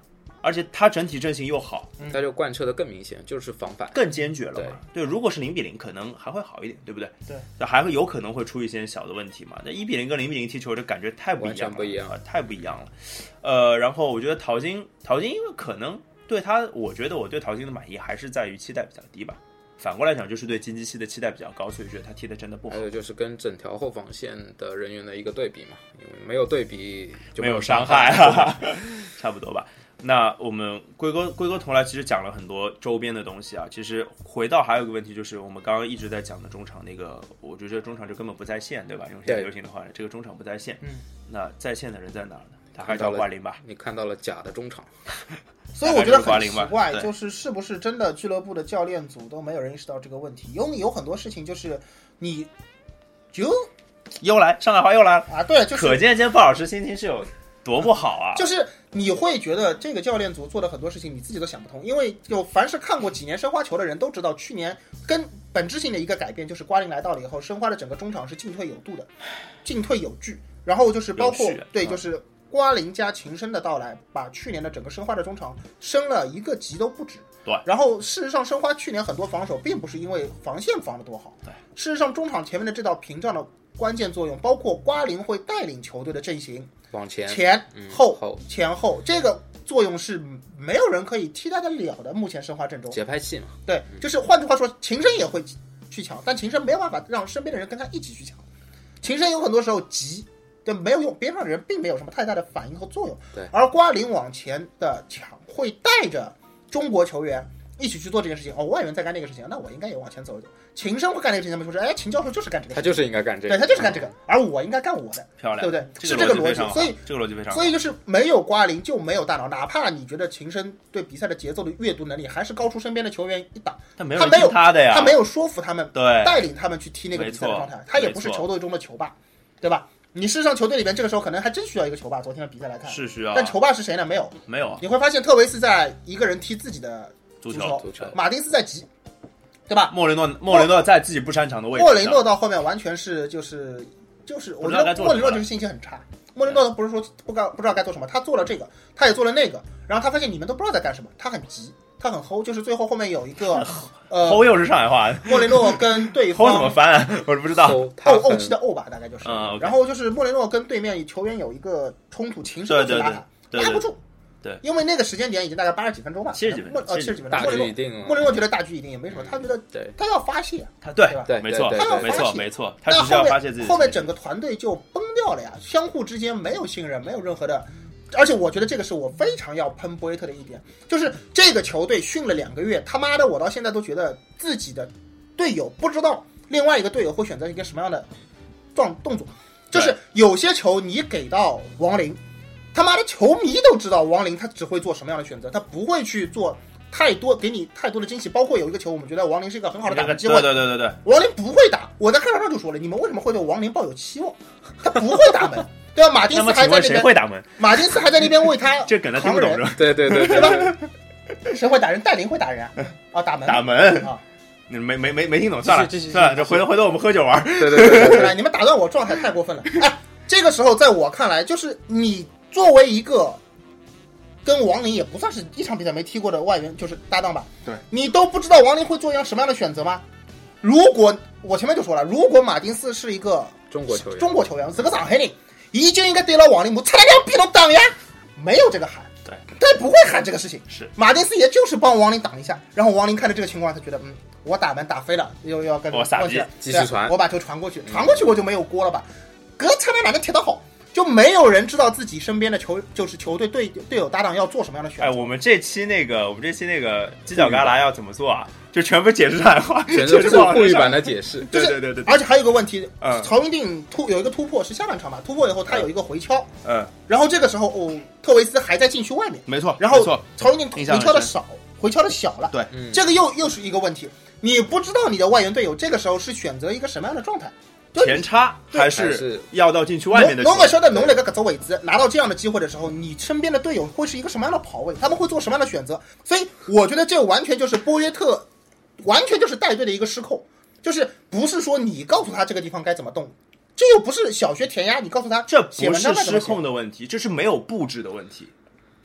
而且他整体阵型又好， 他就贯彻的更明显，就是防反更坚决了嘛。对，如果是零比零，可能还会好一点，对不对？ 对， 那还会有可能会出一些小的问题嘛。那一比零跟零比零踢球的感觉太不一样了， 完全不一样啊，太不一样了。呃，然后我觉得淘金，淘金因为可能对他，我觉得我对淘金的满意还是在于期待比较低吧。反过来讲，就是对金基希的期待比较高，所以觉得他踢的真的不好。 还有就是跟整条后防线的人员的一个对比嘛，因为没有对比就没有伤害啊，差不多吧。那我们归根归根头来，其实讲了很多周边的东西啊。其实回到还有一个问题，就是我们刚刚一直在讲的中场那个，我觉得中场就根本不在线，对吧？用现在流行的话，这个中场不在线。 嗯， 那在线的人在哪儿呢？他还是叫瓜林吧？ 你看到了假的中场。 所以我觉得很奇怪，就是是不是真的俱乐部的教练组都没有人意识到这个问题？因为有很多事情就是你就又来上海话又来啊，对，就是可见今天鲍老师心情是有多不好啊！ 就是你会觉得这个教练组做的很多事情你自己都想不通，因为就凡是看过几年申花球的人都知道，去年跟本质性的一个改变就是瓜林来到了以后，申花的整个中场是进退有度的，进退有据，然后就是包括对，就是。瓜林加秦升的到来，把去年的整个申花的中场升了一个级都不止。 对， 然后事实上，申花去年很多防守并不是因为防线防得多好， 对， 事实上中场前面的这道屏障的关键作用，包括瓜林会带领球队的阵型往前、 前、 嗯、 后、 后、 前后，这个作用是没有人可以替代得了的。目前申花阵中节拍器嘛， 对，就是换句话说，秦升也会去抢，但秦升没有办法让身边的人跟他一起去抢，秦升有很多时候急。就没有用，边上的人并没有什么太大的反应和作用。 对， 而瓜林往前的抢会带着中国球员一起去做这件事情。哦，外援在干这个事情，那我应该也往前走一走。秦升会干这个事情，他们说，哎，秦教授就是干这个事情， 他就是应该干这个， 对，他就是干这个，而我应该干我的， 漂亮， 对不对？ 这是这个逻辑，所以这个逻辑非常好。 所以就是没有瓜林就没有大脑，哪怕你觉得秦升对比赛的节奏的阅读能力还是高出身边的球员一档， 他没有他没有他的呀， 他没有说服他们， 对， 带领他们去踢那个比赛的状态，他也不是球队中的球霸，对吧？你事实上球队里面这个时候可能还真需要一个球霸，昨天的比赛来看是需要， 但球霸是谁呢？没有， 没有。 你会发现特维斯在一个人踢自己的足球， 足球马丁斯在急，对吧？ 莫雷诺，莫雷诺在自己不擅长的位置， 莫雷诺到后面完全是就是就是，我觉得莫雷诺就是心情很差。莫雷诺不是说不知道不知道该做什么，他做了这个，他也做了那个，然后他发现你们都不知道在干什么，他很急。他很齁，就是最后后面有一个，呃， 齁又是上海话。 莫雷诺跟对方齁怎么翻啊？我不知道。 怄怄气的怄吧，大概就是。 嗯、 然后就是莫雷诺跟对面球员有一个冲突，秦升去拉他，拉不住。 对， 因为那个时间点已经大概八十几分钟吧， 七十几分钟， 呃，七十几分钟。 大局已定。 莫雷诺觉得大局已定也没什么，他觉得他要发泄， 他对吧？ 对，没错， 他要没错，没错，他只是要发泄自己。 后面整个团队就崩掉了呀，相互之间没有信任，没有任何的。而且我觉得这个是我非常要喷博耶特的一点，就是这个球队训了两个月，他妈的我到现在都觉得自己的队友不知道另外一个队友会选择一个什么样的状动作，就是有些球你给到王林，他妈的球迷都知道王林他只会做什么样的选择，他不会去做太多给你太多的惊喜。包括有一个球我们觉得王林是一个很好的打的机会， 对对对对对， 王林不会打，我在开场上就说了，你们为什么会对王林抱有期望？他不会打门。对吧？马丁斯还在那边， 谁会打门？ 马丁斯还在那边为他这梗他听不懂是吧？ 对对对对吧？谁会打人？戴林会打人啊！打门打门啊！ 你没没没没听懂，算了算了，这回头回头我们喝酒玩。 对对对对， 你们打断我状态太过分了。哎，这个时候在我看来，就是你作为一个跟王林也不算是一场比赛没踢过的外援，就是搭档吧？ 对， 你都不知道王林会做一样什么样的选择吗？如果我前面就说了，如果马丁斯是一个中国球员， 中国球员是个上海人。已经应该对了王林木，差点要逼到挡呀，没有这个喊， 对， 他不会喊这个事情。 是马丁斯也就是帮王林挡一下，然后王林看着这个情况，他觉得嗯，我打门打飞了，又要跟我撒逼继续传， 我把球传过去，传过去我就没有锅了吧？隔差点哪能踢得好？就没有人知道自己身边的球就是球队队队友搭档要做什么样的选择。 哎，我们这期那个我们这期那个犄角旮旯要怎么做啊？就全部解释上海话， 全是做沪语版的解释。 对对对对。 而且还有一个问题， 嗯， 曹云定突有一个突破是下半场嘛，突破以后他有一个回敲， 嗯， 然后这个时候哦，特维斯还在禁区外面， 没错， 然后曹云定回敲的少，回敲的小了， 对， 嗯，这个又又是一个问题，你不知道你的外援队友这个时候是选择一个什么样的状态。 前插还是要到禁区外面的？ 侬不晓得侬那个搿只位置拿到这样的机会的时候，你身边的队友会是一个什么样的跑位？他们会做什么样的选择？所以我觉得这完全就是波约特，完全就是带队的一个失控，就是不是说你告诉他这个地方该怎么动，这又不是小学填鸭，你告诉他这不是失控的问题，这是没有布置的问题。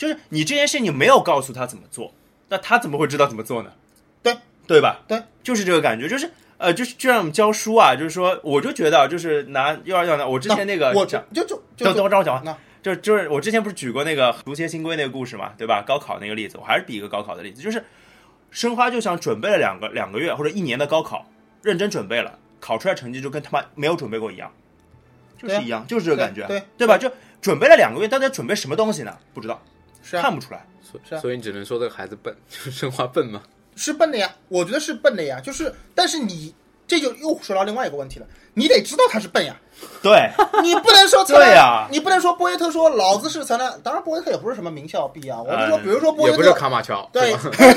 就是你这件事你没有告诉他怎么做，那他怎么会知道怎么做呢？ 对对吧？ 对， 就是这个感觉，就是呃，就是就像我们教书啊，就是说，我就觉得就是拿幼儿园的，我之前那个我就就就就等等我让我讲完。 那就就是我之前不是举过那个毒蝎新规那个故事嘛，对吧？高考那个例子，我还是比一个高考的例子，就是申花就像准备了两个两个月或者一年的高考，认真准备了，考出来成绩就跟他妈没有准备过一样，就是一样，就是这个感觉， 对 对, 对吧？就准备了两个月，大家准备什么东西呢？不知道， 是啊， 看不出来， 是啊， 所以你只能说这个孩子笨，就是申花笨吗？ 是笨的呀，我觉得是笨的呀，就是但是你这就又说到另外一个问题了，你得知道他是笨呀。 对， 你不能说对呀， 你不能说波耶特说老子是曾南，当然波耶特也不是什么名校毕啊，我就说，比如说波耶特也不是卡马乔， 对，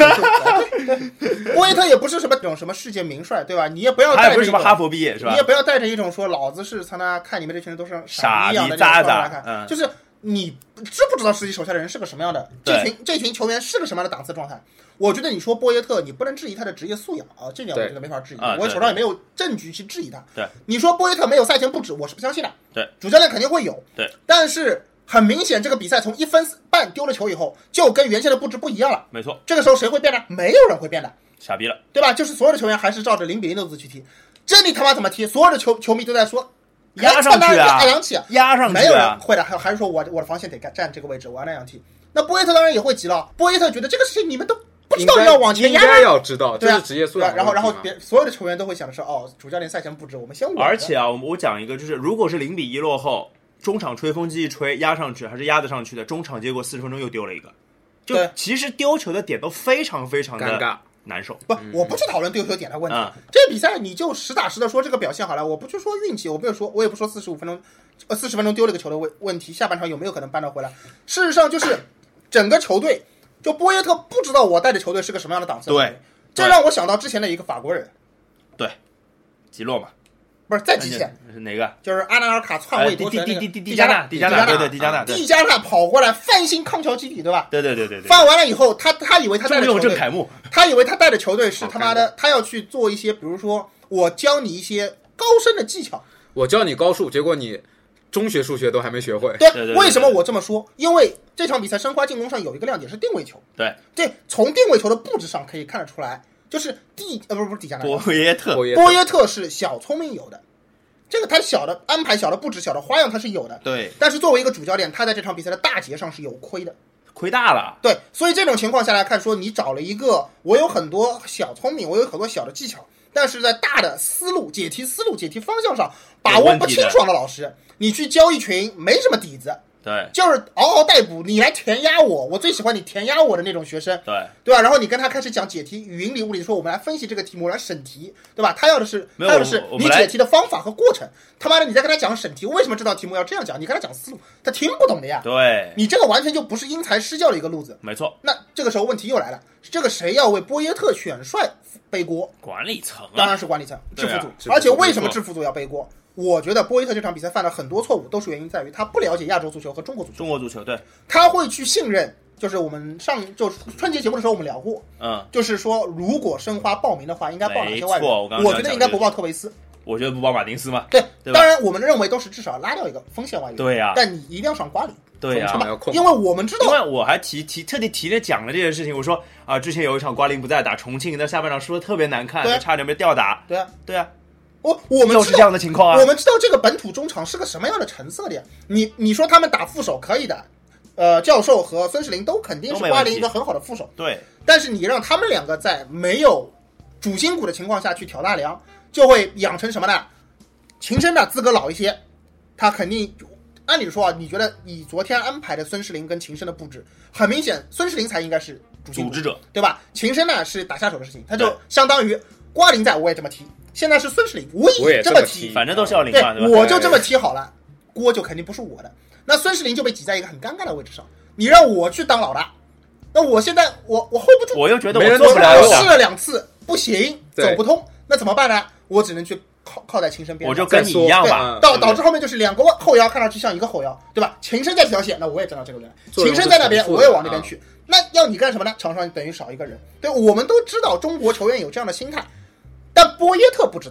波耶特也不是什么这种什么世界名帅，对吧？你也不要带着他也不是什么哈佛毕业是吧？ 你也不要带着一种说老子是曾南，看你们这群人都是傻逼一样的渣渣看， 嗯， 就是你知不知道实际手下的人是个什么样的？这群这群球员是个什么样的档次状态？我觉得你说波耶特，你不能质疑他的职业素养啊，这点我觉得没法质疑。 啊、 我手上也没有证据去质疑他。 对， 你说波耶特没有赛前布置，我是不相信的。 对， 主教练肯定会有。 对， 但是很明显，这个比赛从一分半丢了球以后，就跟原先的布置不一样了。 没错， 这个时候谁会变呢？没有人会变的。 傻逼了， 对吧？就是所有的球员还是照着零比零的姿去踢，这你他妈怎么踢？所有的球球迷都在说。 压上去啊！ 压上去啊！ 压上去啊！ 没有人会的，还还是说我我的防线得站这个位置，我要那样踢。那波耶特当然也会急了。波耶特觉得这个事情你们都不知道要往前压， 应该要知道， 对啊， 这是职业素养。 然后然后别所有的球员都会想的是，哦，主教练赛前布置，我们先稳。 而且啊，我我讲一个，就是如果是零比一落后，中场吹风机一吹压上去，还是压得上去的，中场结果四十分钟又丢了一个，就其实丢球的点都非常非常的尴尬。 难受不，我不去讨论丢球点的问题。 嗯、 这个比赛你就实打实的说这个表现好了，我不去说运气，我没有说，我也不说四十五分钟，呃，四十分钟丢了个球的问问题，下半场有没有可能扳得回来？事实上就是整个球队，就波耶特不知道我带的球队是个什么样的档次。 对， 这让我想到之前的一个法国人， 对，吉洛嘛。 不是再极限是哪个？ 就是阿纳尔卡篡位夺权那个迪加纳，迪加纳，对对，迪加纳， 迪加纳跑过来翻新康桥基地，对吧？ 对对对对对。 翻完了以后，他他以为他带的球队， 凯木， 他以为他带的球队是他妈的，他要去做一些，比如说我教你一些高深的技巧， 我教你高数，结果你中学数学都还没学会。 对，为什么我这么说？因为这场比赛申花进攻上有一个亮点是定位球。 对， 对，从定位球的布置上可以看得出来，就是蒂呃不是不是迪加纳， 波耶特， 波耶特是小聪明有的。这个他小的安排、小的布置、小的花样他是有的， 对。 但是作为一个主教练，他在这场比赛的大节上是有亏的， 亏大了。 对，所以这种情况下来看，说你找了一个我有很多小聪明，我有很多小的技巧，但是在大的思路、解题思路、解题方向上把握不清爽的老师，你去教一群没什么底子。 对， 就是嗷嗷待哺，你来填鸭我，我最喜欢你填鸭我的那种学生， 对对吧？然后你跟他开始讲解题，语音里物理说我们来分析这个题目，来审题，对吧？他要的是他要的是你解题的方法和过程。他妈的，你在跟他讲审题，为什么这道题目要这样讲？你跟他讲思路，他听不懂的呀。 对， 你这个完全就不是因材施教的一个路子。 没错。 那这个时候问题又来了，这个谁要为波耶特选帅背锅？ 管理层、啊， 当然是管理层，制服组。 啊、 而且为什么制服组要背锅？我觉得波耶特这场比赛犯了很多错误，都是原因在于他不了解亚洲足球和中国足球。 中国足球对， 他会去信任，就是我们上就是春节节目的时候我们聊过， 嗯， 就是说如果申花报名的话，应该报哪些外援？ 我, 我觉得应该不报特维斯， 我觉得不报马丁斯嘛。 对， 对当然我们认为都是至少拉掉一个锋线外援。 对呀、啊， 但你一定要上瓜里。 对呀、 啊，因为我们知道， 因为我还提提特地提了讲了这件事情，我说啊，之前有一场瓜林不在打重庆，那下半场输的特别难看， 对啊、 差点被吊打。 对啊， 对啊。 我我们又是这样的情况啊！ 我们知道这个本土中场是个什么样的成色的呀？你你说他们打副手可以的，呃，教授和孙世林都肯定是瓜林一个很好的副手。 对， 但是你让他们两个在没有主心骨的情况下去挑大梁，就会养成什么呢？秦升的资格老一些，他肯定按理说啊，你觉得以昨天安排的孙世林跟秦升的布置，很明显孙世林才应该是主心骨组织者， 对吧？秦升呢是打下手的事情，他就相当于瓜林在我也这么踢。现在是孙世林，我也这么踢， 反正都是要领嘛， 对，我就这么踢好了，锅就肯定不是我的。那孙世林就被挤在一个很尴尬的位置上，你让我去当老大，那我现在我我 hold 不住， 我又觉得我做不了， 我试了两次不行，走不通，那怎么办呢？我只能去靠靠在秦升边上， 我就跟你一样吧， 导导致后面就是两个后腰看上去像一个后腰，对吧？秦升在这条线，那我也站到这个人，秦升在那边，我也往那边去，那要你干什么呢？场上等于少一个人，对，我们都知道中国球员有这样的心态。但波耶特不知道，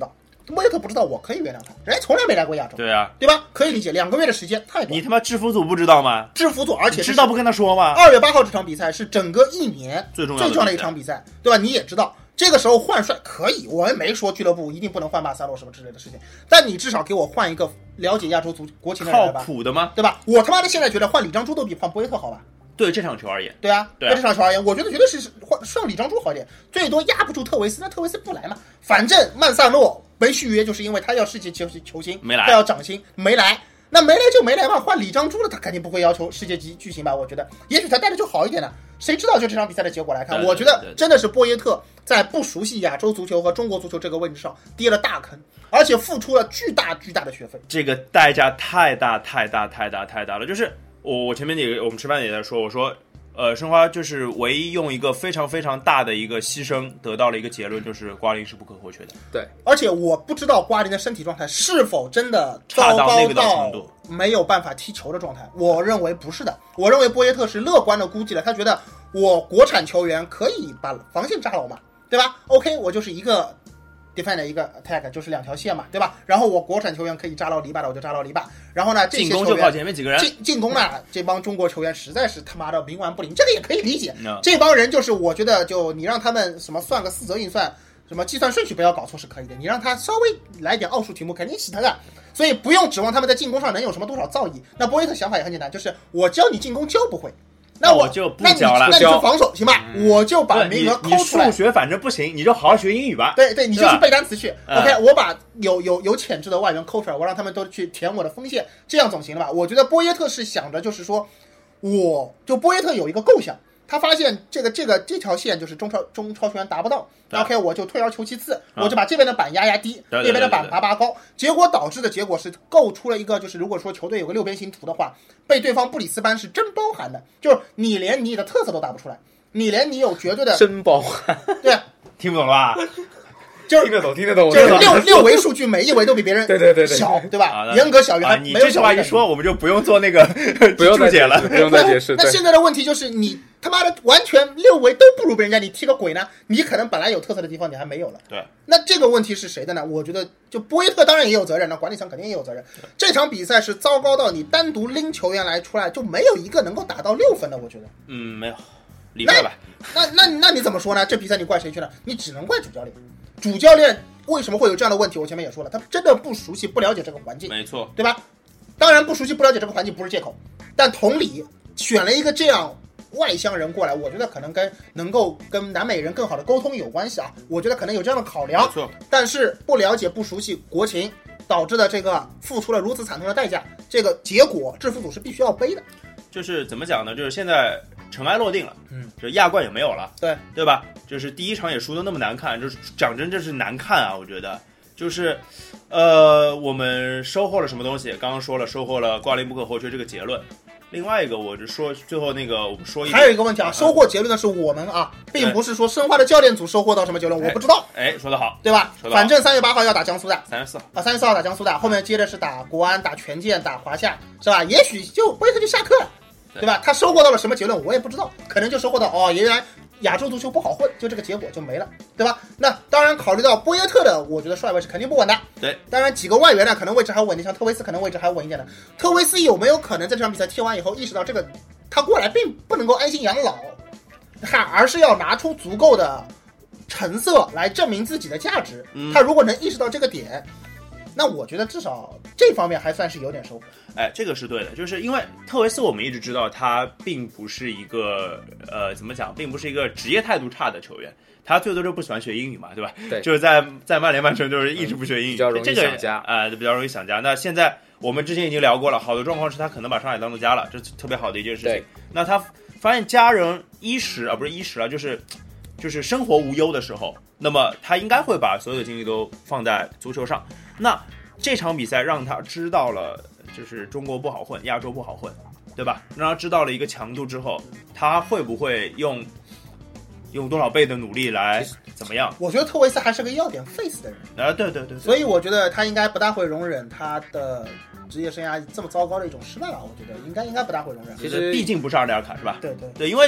波耶特不知道，我可以原谅他，人家从来没来过亚洲， 对啊， 对吧？可以理解，两个月的时间太短。 你他妈制服组不知道吗？ 制服组，而且知道不跟他说吗？ 二月八号这场比赛是整个一年最重要最重要的一场比赛，对吧？你也知道。这个时候换帅可以，我们没说俱乐部一定不能换马萨洛什么之类的事情，但你至少给我换一个了解亚洲足国情的人来吧， 靠谱的吗？ 对吧？我他妈的现在觉得换李章洙都比换波耶特好吧？ 对这场球而言， 对啊， 对啊这场球而言，我觉得绝对是换上李章洙好一点，最多压不住特维斯，那特维斯不来嘛，反正曼萨诺没续约，就是因为他要世界球球星， 没来， 他要涨薪，没来。那没来就没来嘛，换李章洙了，他肯定不会要求世界级巨星吧？我觉得，也许他带的就好一点呢，谁知道？就这场比赛的结果来看， 对对对对， 我觉得真的是波耶特在不熟悉亚洲足球和中国足球这个位置上跌了大坑，而且付出了巨大巨大的学费， 这个代价太大太大太大太大了。就是我我前面也我们吃饭也在说，我说。呃，申花就是唯一用一个非常非常大的一个牺牲得到了一个结论，就是瓜林是不可或缺的。 对， 而且我不知道瓜林的身体状态是否真的糟糕到没有办法踢球的状态。我认为不是的，我认为波耶特是乐观的估计了，他觉得我国产球员可以把防线扎牢嘛，对吧 ？OK， 我就是一个。defend 一个 attack 就是两条线嘛，对吧？然后我国产球员可以扎牢篱笆的，我就扎牢篱笆。然后呢，这些进攻就靠前面几个人。 进进攻呢，这帮中国球员实在是他妈的冥顽不灵，这个也可以理解。No. 这帮人就是我觉得，就你让他们什么算个四则运算，什么计算顺序不要搞错是可以的。你让他稍微来点奥数题目，肯定洗他的。所以不用指望他们在进攻上能有什么多少造诣。那波耶特想法也很简单，就是我教你进攻教不会。那我就不教了， 那你就防守行吧？ 嗯、 我就把名额抠出来。 你数学反正不行，你就好好学英语吧。 对对，你就去背单词去。 嗯、 OK， 我把有有有潜质的外援抠出来，我让他们都去填我的锋线，这样总行了吧？我觉得波耶特是想着就是说，我就波耶特有一个构想，他发现这个这个这条线就是中超中超球员达不到 ，OK， 我就退而求其次， 嗯、 我就把这边的板压压低， 那边的板拔拔高，结果导致的结果是构出了一个就是如果说球队有个六边形图的话。被对方布里斯班是真包含的，就是你连你的特色都打不出来，你连你有绝对的真包含， 对， 听不懂了吧？ 就是听得懂，听得懂， 就是六六维数据，每一维都比别人对对对小，对吧？ 啊、 严格小于还没有。你这句话一说，我们就不用做那个不用注解了， 不用再解释。 那现在的问题就是你他妈的完全六维都不如别人家，你踢个鬼呢？你可能本来有特色的地方你还没有了。 对， 那这个问题是谁的呢？我觉得就波耶特当然也有责任，那管理层肯定也有责任。这场比赛是糟糕到你单独拎球员来出来就没有一个能够打到六分的，我觉得。 嗯，没有，礼拜吧。 那那那你怎么说呢？这比赛你怪谁去呢？你只能怪主教练。主教练为什么会有这样的问题？我前面也说了，他真的不熟悉、不了解这个环境， 没错， 对吧？当然，不熟悉、不了解这个环境不是借口，但同理，选了一个这样外乡人过来，我觉得可能跟能够跟南美人更好的沟通有关系啊。我觉得可能有这样的考量， 没错。 但是不了解、不熟悉国情，导致的这个付出了如此惨痛的代价，这个结果制服组是必须要背的。 就是怎么讲呢？就是现在尘埃落定了， 嗯， 就亚冠也没有了， 对对吧？就是第一场也输得那么难看，就是讲真，这是难看啊！我觉得，就是，呃，我们收获了什么东西？刚刚说了，收获了瓜林不可或缺这个结论。另外一个，我就说最后那个，我们说一还有一个问题啊，收获结论的是我们啊，并不是说申花的教练组收获到什么结论，我不知道。 哎，说得好， 对吧？反正三月八号要打江苏的， 三月四号啊，三月四号打江苏的，后面接着是打国安、打权健、打华夏，是吧？也许就波耶特就下课了。对吧？他收获到了什么结论，我也不知道，可能就收获到哦，原来亚洲足球不好混，就这个结果就没了，对吧？那当然，考虑到波耶特的，我觉得帅位是肯定不稳的。 对， 当然几个外援呢，可能位置还稳定，像特维斯可能位置还稳一点的。特维斯有没有可能在这场比赛踢完以后意识到这个他过来并不能够安心养老，他而是要拿出足够的成色来证明自己的价值？ 嗯、 他如果能意识到这个点。那我觉得至少这方面还算是有点收获。 哎，这个是对的，就是因为特维斯我们一直知道他并不是一个呃怎么讲，并不是一个职业态度差的球员，他最多就不喜欢学英语嘛，对吧？ 对， 就是在在曼联曼城就是一直不学英语， 嗯、比较容易想家啊、呃，比较容易想家。那现在我们之前已经聊过了，好的状况是他可能把上海当做家了，这是特别好的一件事情。那他发现家人衣食啊不是衣食啊，就是就是生活无忧的时候，那么他应该会把所有的精力都放在足球上。那这场比赛让他知道了，就是中国不好混，亚洲不好混，对吧？让他知道了一个强度之后，他会不会用用多少倍的努力来怎么样？ 我觉得特维斯还是个要点 face 的人啊，对对 对, 对， 所以我觉得他应该不大会容忍他的职业生涯这么糟糕的一种失败吧？我觉得应该应该不大会容忍。 其实毕竟不是阿里尔卡是吧？ 对对对，因为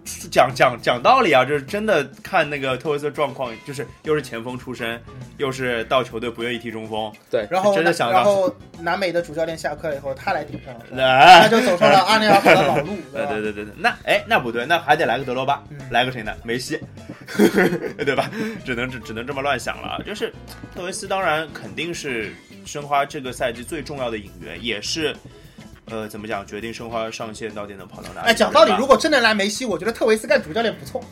讲讲讲道理啊，就是真的看那个特维斯的状况，就是又是前锋出身，又是到球队不愿意踢中锋， 对， 然后真的想然后南美的主教练下课了以后，他来顶上， 哎他就走上了阿内尔好的老路。 对对对对对，那哎那不对，那还得来个德罗巴， 嗯、 来个谁呢？梅西，对吧？只能只只能这么乱想了啊！就是特维斯当然肯定是申花这个赛季最重要的引援，也是。呃，怎么讲？决定申花上线到底能跑到哪里？ 哎，讲道理，如果真的来梅西，我觉得特维斯干主教练不错。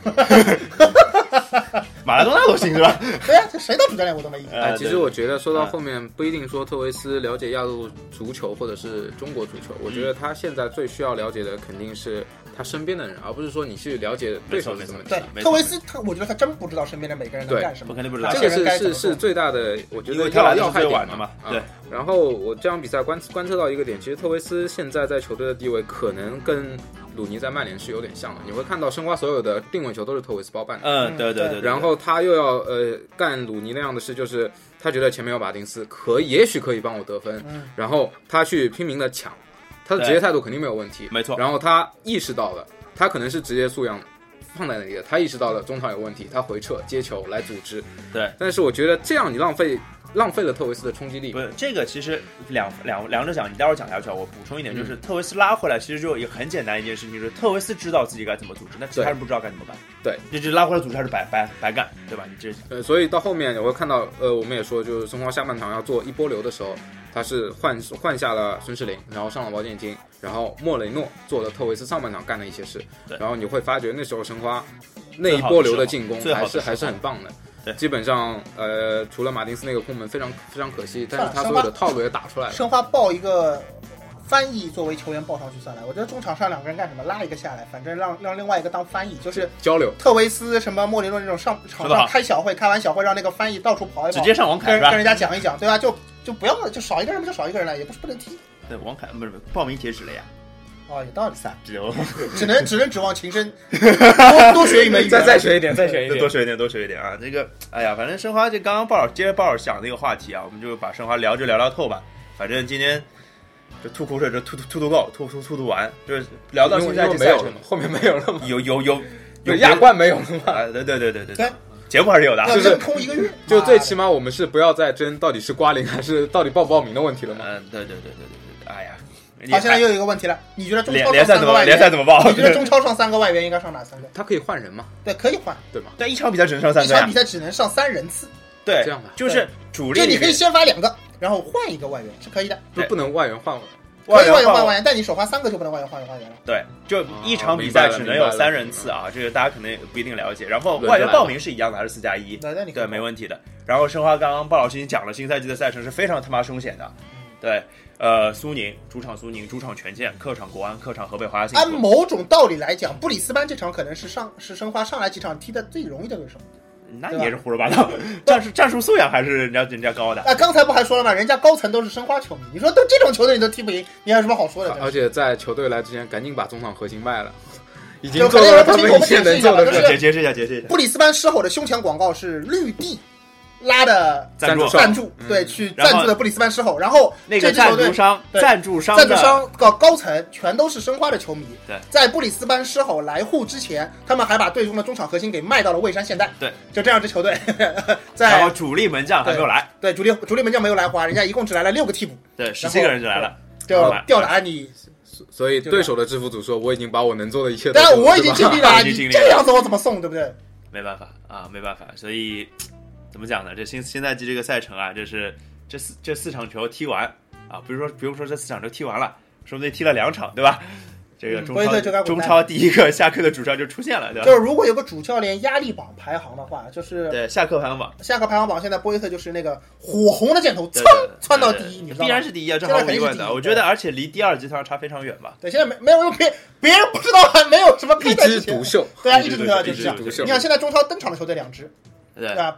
马拉多纳都行是吧？ 对呀、啊，这谁当主教练我都没意见。 哎，其实我觉得说到后面不一定说特维斯了解亚洲足球或者是中国足球，我觉得他现在最需要了解的肯定是他身边的人，而不是说你去了解对手是怎么对，特维斯他，我觉得他真不知道身边的每个人能干什么， 肯定不知道。 这个是是是最大的，我觉得要要害点的嘛。对。 然后我这场比赛观观测到一个点，其实特维斯现在在球队的地位可能跟鲁尼在曼联是有点像的。你会看到申花所有的定位球都是特维斯包办的。 嗯，对对 对, 对。 然后他又要呃干鲁尼那样的事，就是他觉得前面有马丁斯，可也许可以帮我得分， 嗯、 然后他去拼命的抢，他的职业态度肯定没有问题， 没错。 然后他意识到了，他可能是职业素养放在那里的，他意识到了中场有问题，他回撤接球来组织。 对。 但是我觉得这样你浪费。浪费了特维斯的冲击力。 不是这个，其实两两两者讲，你待会儿讲下去，我补充一点，就是、嗯、特维斯拉回来，其实就也很简单一件事情，就是特维斯知道自己该怎么组织，那其他人不知道该怎么办。 对， 这这拉回来组织还是白白白干，对吧？你这呃，所以到后面我会看到，呃，我们也说，就是申花下半场要做一波流的时候，他是换换下了孙世林，然后上了毛剑京，然后莫雷诺做了特维斯上半场干的一些事，然后你会发觉那时候申花那一波流的进攻还是还是很棒的。基本上，呃，除了马丁斯那个空门非常非常可惜，但是他所有的套路也打出来了。 申花报一个翻译作为球员报上去算了，我觉得中场上两个人干什么，拉一个下来，反正让让另外一个当翻译，就是交流。 特维斯什么莫雷诺那种上场上开小会，开完小会让那个翻译到处跑一跑， 直接上王凯跟跟人家讲一讲，对吧？就就不要就少一个人就少一个人了，也不是不能踢。 对，王凯不是报名截止了呀。 哦，有道理噻， 只只能只能指望秦升多多学一门语言， 再再学一点，再学一点， 多学一点，多学一点啊！这个，哎呀，反正申花这刚刚鲍尔接着鲍尔讲这个话题啊，我们就把申花聊就聊聊透吧。反正今天就吐口水，就吐吐吐吐够，吐吐吐吐完，就是聊到现在就没有了，后面没有了吗？ 有有有有亚冠没有了吗？ 啊，对对对对对对，节目还是有的， 就是空一个月， 就最起码我们是不要再争到底是瓜零还是到底报不报名的问题了嘛。 嗯，对对对对对对，哎呀。 好，现在又有一个问题了，你觉得中超联赛怎么联赛怎么报？ 你觉得中超上三个外援应该上哪三个？ 他可以换人吗？ 对，可以换， 对吗？ 但一场比赛只能上三个， 一场比赛只能上三人次。 对， 这样的， 就是主力， 就你可以先发两个，然后换一个外援是可以的， 就不能外援换了。 可以外援换外援，但你首发三个就不能外援换外援了。 对，就一场比赛只能有三人次啊，这个大家可能不一定了解。然后外援报名是一样的，还是四加一？对，没问题的。然后申花刚刚鲍老师已经讲了，新赛季的赛程是非常他妈凶险的。对，呃，苏宁主场苏宁，主场权健，客场国安，客场河北华夏幸福。 按某种道理来讲，布里斯班这场可能是上是申花上来几场踢的最容易的对手。 那也是胡说八道，战术战术素养还是人家人家高的。 啊，刚才不还说了吗？人家高层都是申花球迷，你说都这种球队你都踢不赢，你还有什么好说的？ 而且在球队来之前，赶紧把中场核心卖了，已经做了他们以前能做的事。 解解释一下，解释一下。 布里斯班狮吼的胸前广告是绿地拉的赞助赞助，对，去赞助的布里斯班狮吼，然后那个赞助商赞助商赞助商高高层全都是申花的球迷。 对， 在布里斯班狮吼来沪之前，他们还把队中的中场核心给卖到了蔚山现代。 对， 就这样支球队，在然后主力门将还没有来， 对，主力主力门将没有来华，人家一共只来了六个替补， 对，十七个人就来了， 就吊打你。 所以对手的制服组说：“我已经把我能做的一切， 但我已经尽力了，你这样子我怎么送，对不对？” 没办法啊，没办法，所以。怎么讲呢？这新新赛季这个赛程啊，这是这四这四场球踢完啊，比如说比如说这四场球踢完了，说不定踢了两场，对吧？这个中超、嗯、中超第一个下课的主教就出现了，对吧？ 就是如果有个主教练压力榜排行的话，就是对下课排行榜， 下课排行榜现在波耶特就是那个火红的箭头，噌窜到第一，你知道吗？ 必然是第一啊，这毫无疑问的。我觉得，而且离第二集团差非常远吧？ 对，现在没没有用别别人不知道，还没有什么一枝独秀， 对啊，一枝独秀就是这样。 你看现在中超登场的球队两支， 对吧？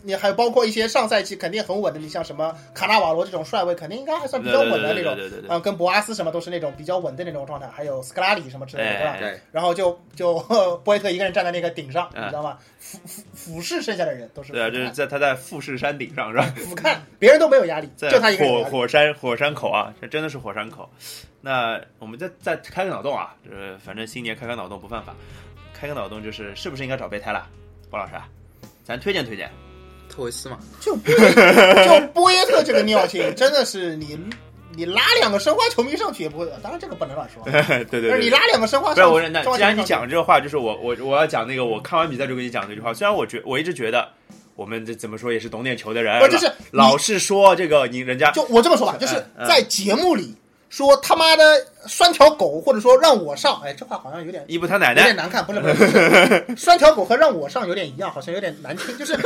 你还包括一些上赛季肯定很稳的，你像什么卡纳瓦罗这种帅位，肯定应该还算比较稳的那种，嗯，跟博阿斯什么都是那种比较稳的那种状态，还有斯科拉里什么之类的，对吧？ 对。 然后就就波耶特一个人站在那个顶上，你知道吗？俯俯俯视剩下的人都是对啊，就是在他在富士山顶上是吧？ 俯瞰，别人都没有压力，就他一个人。 火火山火山口啊，这真的是火山口。那我们再再开个脑洞啊，就是反正新年开个脑洞不犯法，开个脑洞就是是不是应该找备胎了？包老师啊，咱推荐推荐。 特维斯嘛， 就就波耶特这个尿性，真的是你你拉两个申花球迷上去也不会，当然这个不能乱说。 对对对， 但是你拉两个申花上去，不是我那既然你讲这个话，就是我我我要讲那个，我看完比赛就跟你讲这句话。虽然我觉我一直觉得我们这怎么说也是懂点球的人， 不就是老是说这个你人家就我这么说吧，就是在节目里。说他妈的拴条狗，或者说让我上，哎，这话好像有点伊布他奶奶有点难看，不是不是，不是拴条狗和让我上有点一样，好像有点难听，就是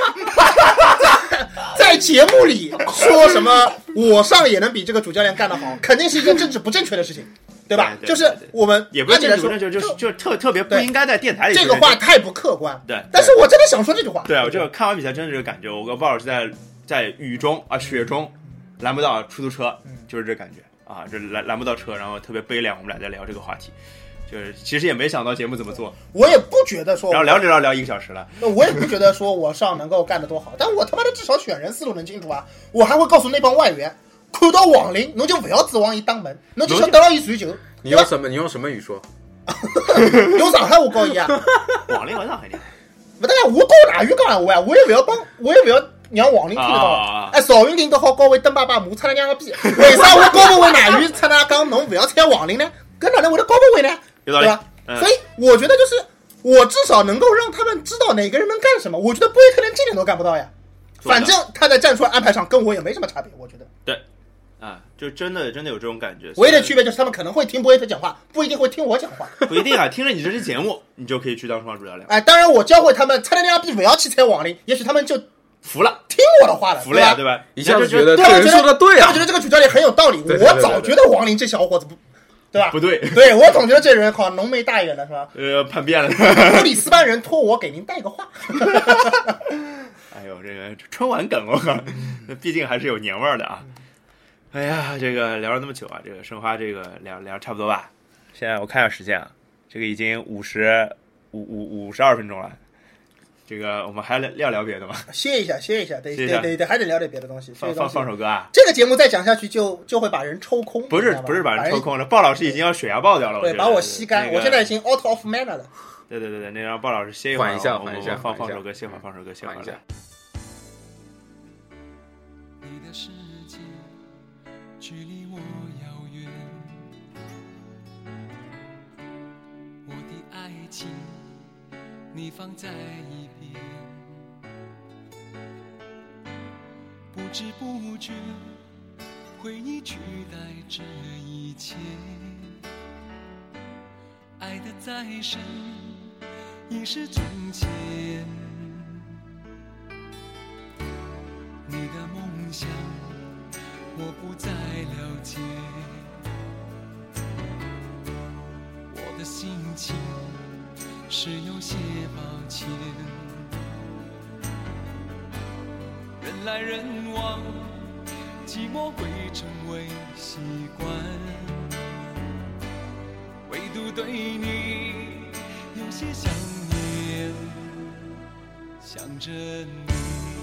在节目里说什么我上也能比这个主教练干得好，肯定是一件政治不正确的事情，对吧？ 对对对对就是我们也不是政治不正确，就是就特特别不应该在电台里这个话太不客观。 对， 但是我真的想说这句话。 对啊，我这个看完比赛真的这个感觉，我跟鲍老师在在雨中啊雪中拦不到出租车，就是这感觉。啊，这拦拦不到车，然后特别悲凉。我们俩在聊这个话题，就是其实也没想到节目怎么做， 我也不觉得说， 然后聊着聊聊一个小时了， 我也不觉得说我上能够干得多好，但我他妈的至少选人思路能清楚啊！我还会告诉那帮外援，看到王林，侬就不要指望伊当门，侬就想得到伊传球。 你用什么？你用什么语说？ 用上海话告伊啊！ 王林和上海人， 不对啊，我讲哪语讲闲话啊？我也不要帮，我也不要。让王林听得到，啊、哎，邵云听得好，高位登爸爸母，擦他娘个逼！为啥我高不为哪语擦他讲侬不要踩王林呢？跟哪能为了高不为呢？对吧？嗯、所以我觉得就是我至少能够让他们知道哪个人能干什么。我觉得波耶特连这点都干不到呀。反正他在战术安排上跟我也没什么差别，我觉得。 对，啊，就真的真的有这种感觉。 唯一的区别就是他们可能会听波耶特讲话，不一定会听我讲话。 不一定啊，听了你这期节目，你就可以去当双主教练。 哎，当然我教会他们擦他娘逼不要去踩王林，也许他们就。 服了， 听我的话了， 服了呀，对吧？ 一下就觉得这人说的对啊， 他觉得这个主教练很有道理。 对对对对我早觉得王林这小伙子不，对吧？ 不对， 对我总觉得这人好像浓眉大眼的，是吧？ 呃，叛变了。 布里斯班人托我给您带个话。 哎呦，这个春晚梗，我靠，毕竟还是有年味儿的啊。哎呀，这个聊了那么久啊，这个申花这个聊聊差不多吧。现在我看一下时间啊，这个已经五十五五五十二分钟了。这个我们还要聊别的吗？ 歇一下，歇一下，得得得得，还得聊点别的东西。 放放放首歌啊！ 这个节目再讲下去就就会把人抽空。 不是不是把人抽空了，鲍老师已经要血压爆掉了。 对，把我吸干， 那个、 我现在已经 out of mana 了。 对对对对，那让鲍老师歇一会儿， 缓一下，缓一下， 放放首歌，歇会儿，放首歌，歇会儿一下。 你的世界距离我遥远，我的爱情你放在一边，不知不觉回忆取代这一切，爱的再深已是从前，你的梦想我不再了解，我的心情是有些抱歉，人来人往，寂寞会成为习惯，唯独对你有些想念，想着你。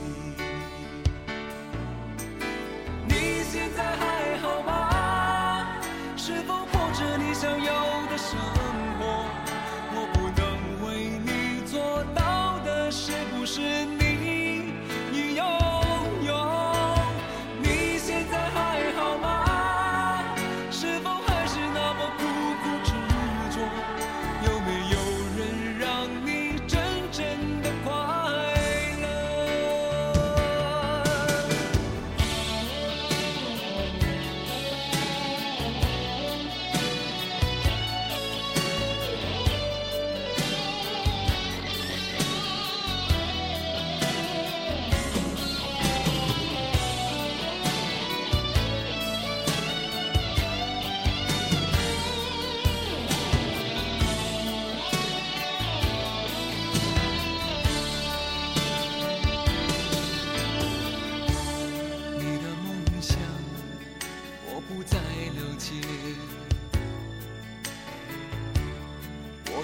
你现在还好吗？是否过着你想要的生活？我不能为你做到的，是不是你已拥有？你现在还好吗？是否还是那么苦苦执着？有没有人让你真正的快乐？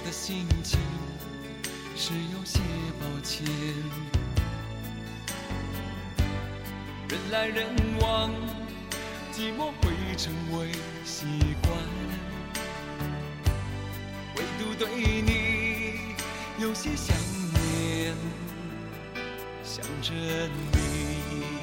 的心情是有些抱歉，人来人往，寂寞会成为习惯，唯独对你有些想念，想着你。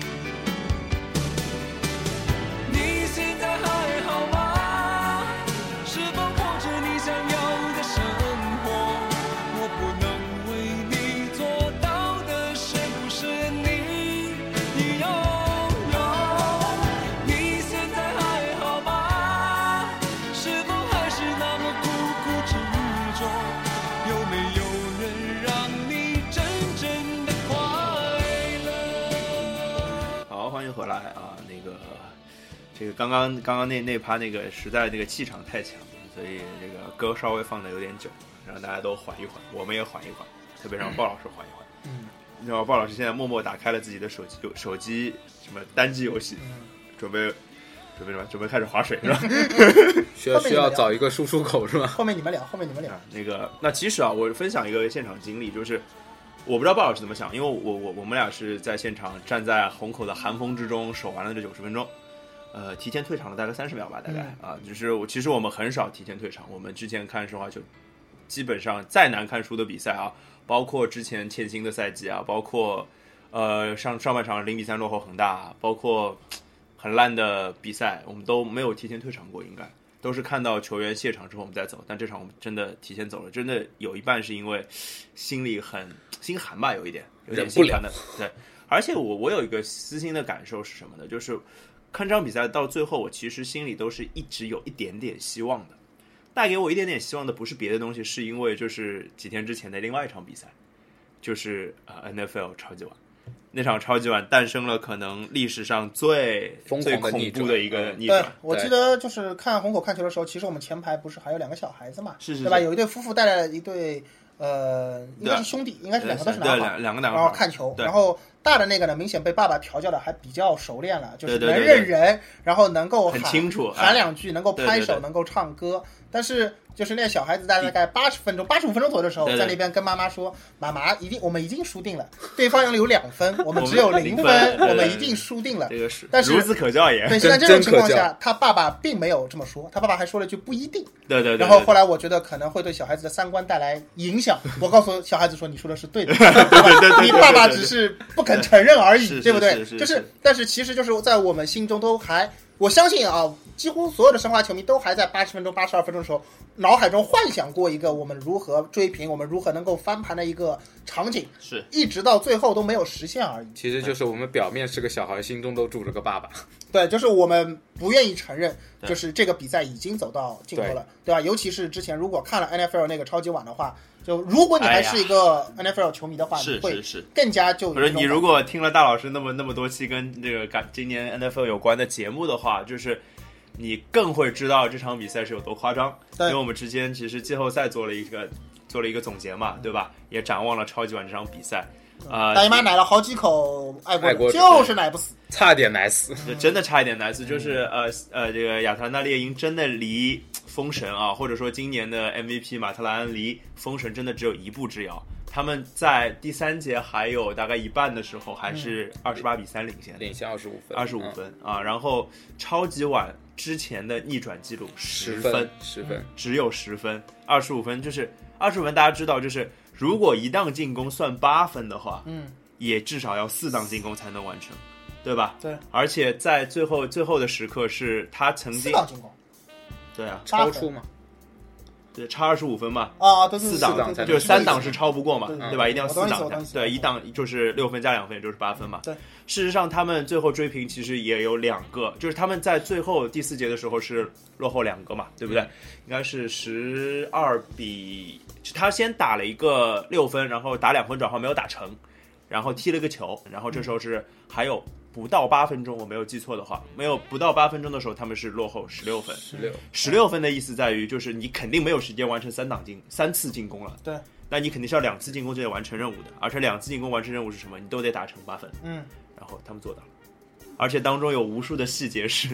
你现在还好吗？是否过着你想要的生活？我不能为你做到的，是不是你已拥有？你现在还好吗？是否还是那么苦苦执着？有没有人让你真正的快乐？ 好，欢迎回来啊！那个，这个刚刚刚刚那那趴那个实在那个气场太强，所以这个歌稍微放的有点久，让大家都缓一缓，我们也缓一缓，特别让鲍老师缓一缓。 嗯， 然后鲍老师现在默默打开了自己的手机手机什么单机游戏，准备准备什么？准备开始划水是吧？ 需要需要找一个输出口是吧？ 后面你们聊，后面你们聊。 啊，那个，那其实啊，我分享一个现场经历，就是我不知道鲍老师怎么想，因为我我我们俩是在现场站在虹口的寒风之中守完了这九十分钟，呃，提前退场了大概三十秒吧，大概、嗯、啊，就是我其实我们很少提前退场，我们之前看申花球，基本上再难看输的比赛啊，包括之前欠薪的赛季啊，包括呃上上半场零比三落后恒大，包括很烂的比赛，我们都没有提前退场过，应该。都是看到球员谢场之后我们再走，但这场我们真的提前走了，真的有一半是因为心里很心寒吧，有一点有点心寒的，对。而且我我有一个私心的感受是什么呢？就是看这场比赛到最后，我其实心里都是一直有一点点希望的。带给我一点点希望的不是别的东西，是因为就是几天之前的另外一场比赛，就是呃 N F L 超级碗。那场超级碗诞生了可能历史上最最恐怖的一个逆转。 对，我记得就是看虹口看球的时候，其实我们前排不是还有两个小孩子嘛， 是是是， 对吧？有一对夫妇带了一对呃，应该是兄弟，应该是两个都是男孩， 两两个男孩， 然后看球，然后大的那个呢，明显被爸爸调教的还比较熟练了，就是能认人，然后能够很清楚喊两句，能够拍手，能够唱歌，但是。就是那小孩子大概八十分钟、八十五分钟左右的时候，在那边跟妈妈说：“妈妈，一定我们已经输定了，对方有两分，我们只有零分，我们一定输定了。” 这个是， 但是孺子可教也。 对，在这种情况下，他爸爸并没有这么说，他爸爸还说了句“不一定”。 对对对。 然后后来我觉得可能会对小孩子的三观带来影响。我告诉小孩子说：“你说的是对的，你爸爸只是不肯承认而已，对不对？”就是，但是其实就是在我们心中都还。我相信啊，几乎所有的申花球迷都还在八十分钟、八十二分钟的时候，脑海中幻想过一个我们如何追平、我们如何能够翻盘的一个场景， 是一直到最后都没有实现而已。 其实就是我们表面是个小孩，心中都住着个爸爸。 对，就是我们不愿意承认，就是这个比赛已经走到尽头了， 对, 对吧？尤其是之前如果看了 N F L 那个超级碗的话。就如果你还是一个 N F L 球迷的话， 是你会是是更加就不是你如果听了大老师那么那么多期跟这个今年 N F L 有关的节目的话，就是你更会知道这场比赛是有多夸张。因为我们之间其实季后赛做了一个做了一个总结嘛，对吧？也展望了超级碗这场比赛。啊、呃， 大姨妈奶了好几口爱国者，就是奶不死， 差点奶死， 真的差一点奶死。就是呃呃，这个亚特兰大猎鹰真的离封神啊，或者说今年的 M V P 马特兰离封神真的只有一步之遥。他们在第三节还有大概一半的时候，还是二十八比三领先， 领先二十五分， 二十五分、嗯、啊。然后超级碗之前的逆转记录十分，十分只有十分，二十五分就是二十五分，大家知道就是。如果一档进攻算八分的话， 嗯， 也至少要四档进攻才能完成，对吧？ 对。 而且在最后最后的时刻是他曾经四档进攻， 对啊， 超出嘛， 对，差二十五分嘛， 啊，都是四档，就是三档是超不过嘛， 对, 对, 对吧？一定要四档，对，一档就是六分加两分，也就是八分嘛。 对。 事实上，他们最后追平其实也有两个，就是他们在最后第四节的时候是落后两个嘛，对不对？嗯、应该是十二比。他先打了一个六分，然后打两分转换没有打成，然后踢了个球，然后这时候是还有不到八分钟，我没有记错的话，没有不到八分钟的时候，他们是落后十六分。 十六， 十六分的意思在于，就是你肯定没有时间完成三档进三次进攻了。 对， 那你肯定是要两次进攻就得完成任务的，而且两次进攻完成任务是什么？你都得打成八分。 嗯， 然后他们做到了，而且当中有无数的细节是。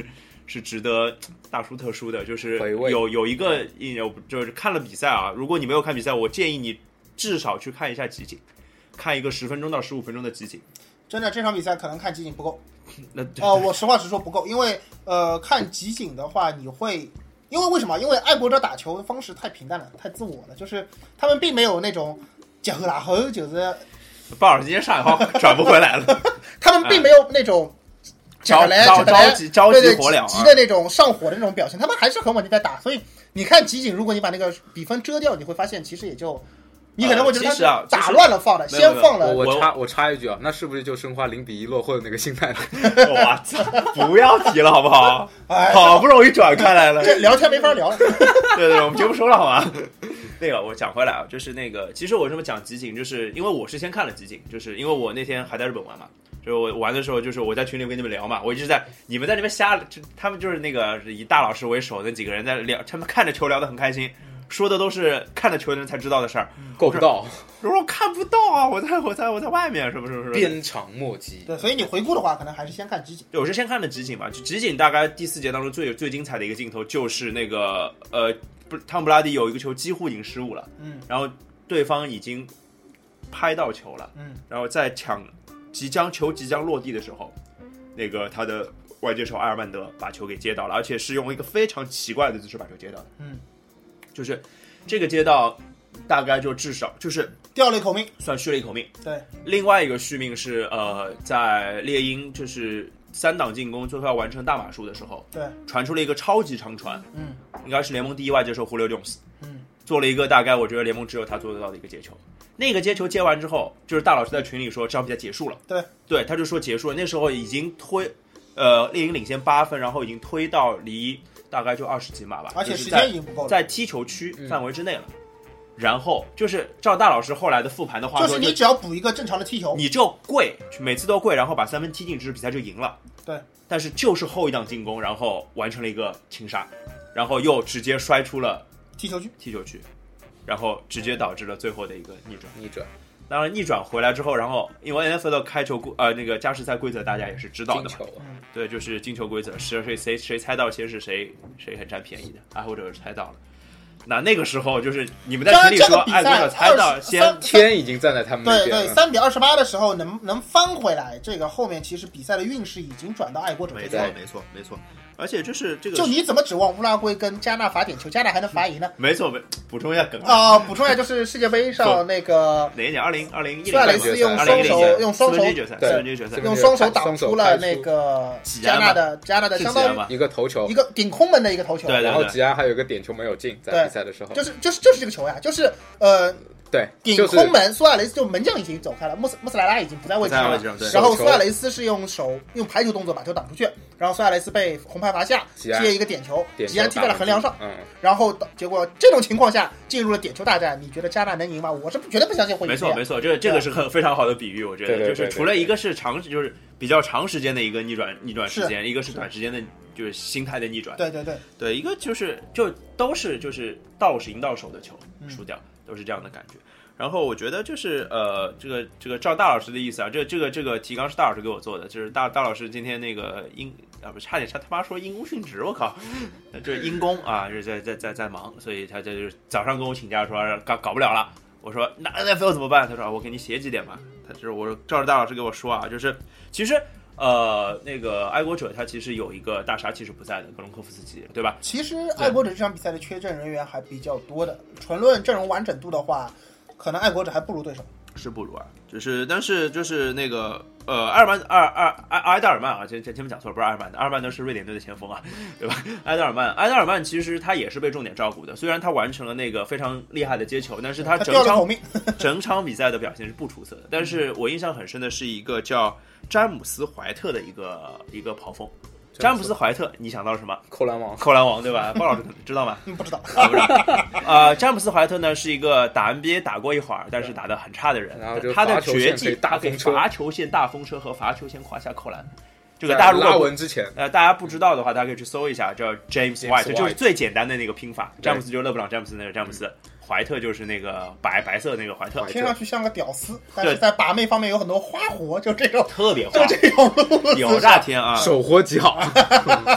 是值得大书特书的，就是回味有有一个有就是看了比赛啊，如果你没有看比赛，我建议你至少去看一下集锦，看一个十分钟到十五分钟的集锦。 真的这场比赛可能看集锦不够。 那呃，我实话实说不够，因为呃看集锦的话，你会因为为什么？因为爱国者打球的方式太平淡了，太自我了，就是他们并没有那种结合拉后，就是鲍尔今天上海话转不回来了， 他们并没有那种。 着着着急着急火燎、啊， 急的那种上火的那种表现，他们还是很稳定在打。所以你看集锦，如果你把那个比分遮掉，你会发现其实也就，你可能会觉得他打乱了放的， 呃、 先放了。 我我插我插一句啊，那是不是就申花零比一落后的那个心态呢？ 我操，不要提了好不好？哎、好不容易转开来了， 这聊天没法聊了。 对对，我们节目收了好吗？那个我讲回来啊，就是那个，其实我这么讲集锦，就是因为我是先看了集锦，就是因为我那天还在日本玩嘛。就我玩的时候，就是我在群里跟你们聊嘛，我一直在你们在那边瞎，就他们就是那个以大老师为首的几个人在聊，他们看着球聊得很开心，说的都是看着球的人才知道的事儿， 够不到， 我说我看不到啊，我在我在我在外面，是不是？是不是鞭长莫及。 对，所以你回顾的话，可能还是先看集锦。 对，我是先看的集锦嘛，就集锦大概第四节当中最最精彩的一个镜头就是那个呃，不，汤布拉迪有一个球几乎已经失误了， 嗯， 然后对方已经拍到球了， 嗯， 然后再抢。即将球即将落地的时候，那个他的外接手埃尔曼德把球给接到了，而且是用一个非常奇怪的姿势把球接到的。 嗯， 就是这个接到大概就至少就是掉了一口命， 算续了一口命。 对， 另外一个续命是呃，在猎鹰就是三档进攻最后要完成大码数的时候， 对， 传出了一个超级长传， 嗯， 应该是联盟第一外接手胡留 Jones， 嗯，做了一个大概我觉得联盟只有他做得到的一个接球。那个接球接完之后，就是大老师在群里说这场比赛结束了。 对对，他就说结束了。那时候已经推，呃，猎鹰领先八分，然后已经推到离大概就二十几码吧， 而且时间已经不够了， 在踢球区范围之内了。嗯、然后就是照大老师后来的复盘的话说， 就是你只要补一个正常的踢球， 你就跪，每次都跪，然后把三分踢进，这支比赛就赢了。 对， 但是就是后一档进攻，然后完成了一个擒杀，然后又直接摔出了踢球区， 踢球区。然后直接导致了最后的一个逆转。 逆转， 当然逆转回来之后，然后因为 N F L 的开球呃那个加时赛规则大家也是知道的嘛， 嗯、 对，就是进球规则，是谁谁谁猜到先是谁谁很占便宜的，爱国者猜到了。那那个时候就是你们在群里说爱国者猜到先， 天已经站在他们那边了。 对对，三比二十八的时候能能翻回来，这个后面其实比赛的运势已经转到爱国者这边。 没错没错没错。而且就是这个， 就你怎么指望乌拉圭跟加纳罚点球，加纳还能罚赢呢？ 没错，补充一下梗啊、呃，补充一下就是世界杯上那个哪一年？二零二零一零， 苏亚雷斯用双手用双手决赛，四分之一决赛用双手挡出了那个加纳的加纳的相当于一个头球， 一个顶空门的一个头球， 对对对， 然后吉安还有一个点球没有进，在比赛的时候， 就是就是就是这个球呀，就是呃。 对， 顶空门，苏亚雷斯就门将已经走开了，穆斯穆斯莱拉已经不在位置上了。然后苏亚雷斯是用手用排球动作把球挡出去，然后苏亚雷斯被红牌罚下，接一个点球，吉安踢在了横梁上。 嗯， 然后结果这种情况下进入了点球大战，你觉得加纳能赢吗？我是绝对不相信会赢。 没错没错，这个这个是很非常好的比喻，我觉得对对对对就是除了一个是长就是比较长时间的一个逆转逆转时间，一个是短时间的。就是心态的逆转， 对对对对，一个就是就都是就是到是赢到手的球输掉，嗯、都是这样的感觉。然后我觉得就是呃，这个这个照大老师的意思啊，这这个这个提纲是大老师给我做的，就是大大老师今天那个因啊不差点差他妈说因公殉职，我靠，就是因公啊，是在在在在忙，所以他就是早上跟我请假说搞搞不了了。我说那 N F L 怎么办？他说我给你写几点吧。他就是我照着大老师给我说啊，就是其实。呃，那个爱国者他其实有一个大杀器是不在的，格隆科夫斯基，对吧？ 其实爱国者这场比赛的缺阵人员还比较多的，纯论阵容完整度的话，可能爱国者还不如对手。 是不如啊，就是但是就是那个呃，埃尔曼二二埃埃德尔曼啊，前前前面讲错了，不是埃尔曼的，埃尔曼德是瑞典队的前锋啊，对吧？埃德尔曼，埃德尔曼其实他也是被重点照顾的，虽然他完成了那个非常厉害的接球，但是他整场整场比赛的表现是不出色的。但是我印象很深的是一个叫詹姆斯怀特的一个一个跑锋。詹姆斯怀特，你想到了什么？ 扣篮王， 扣篮王对吧？鲍老师知道吗？ 嗯，不知道。 啊，不知道。呃，詹姆斯怀特呢是一个打 N B A 打过一会儿，但是打得很差的人。 然后就他的绝技，他可以罚球线大风车和罚球线胯下扣篮。这个大家如果拉文之前， 呃，大家不知道的话，大家可以去搜一下，叫 James White， White 就是最简单的那个拼法。詹姆斯就是勒布朗詹姆斯那个詹姆斯。怀特就是那个白白色的那个怀特， 听上去像个屌丝，但是在把妹方面有很多花活，就这种特别花， 就这种路有那天啊， 手活极好， 活好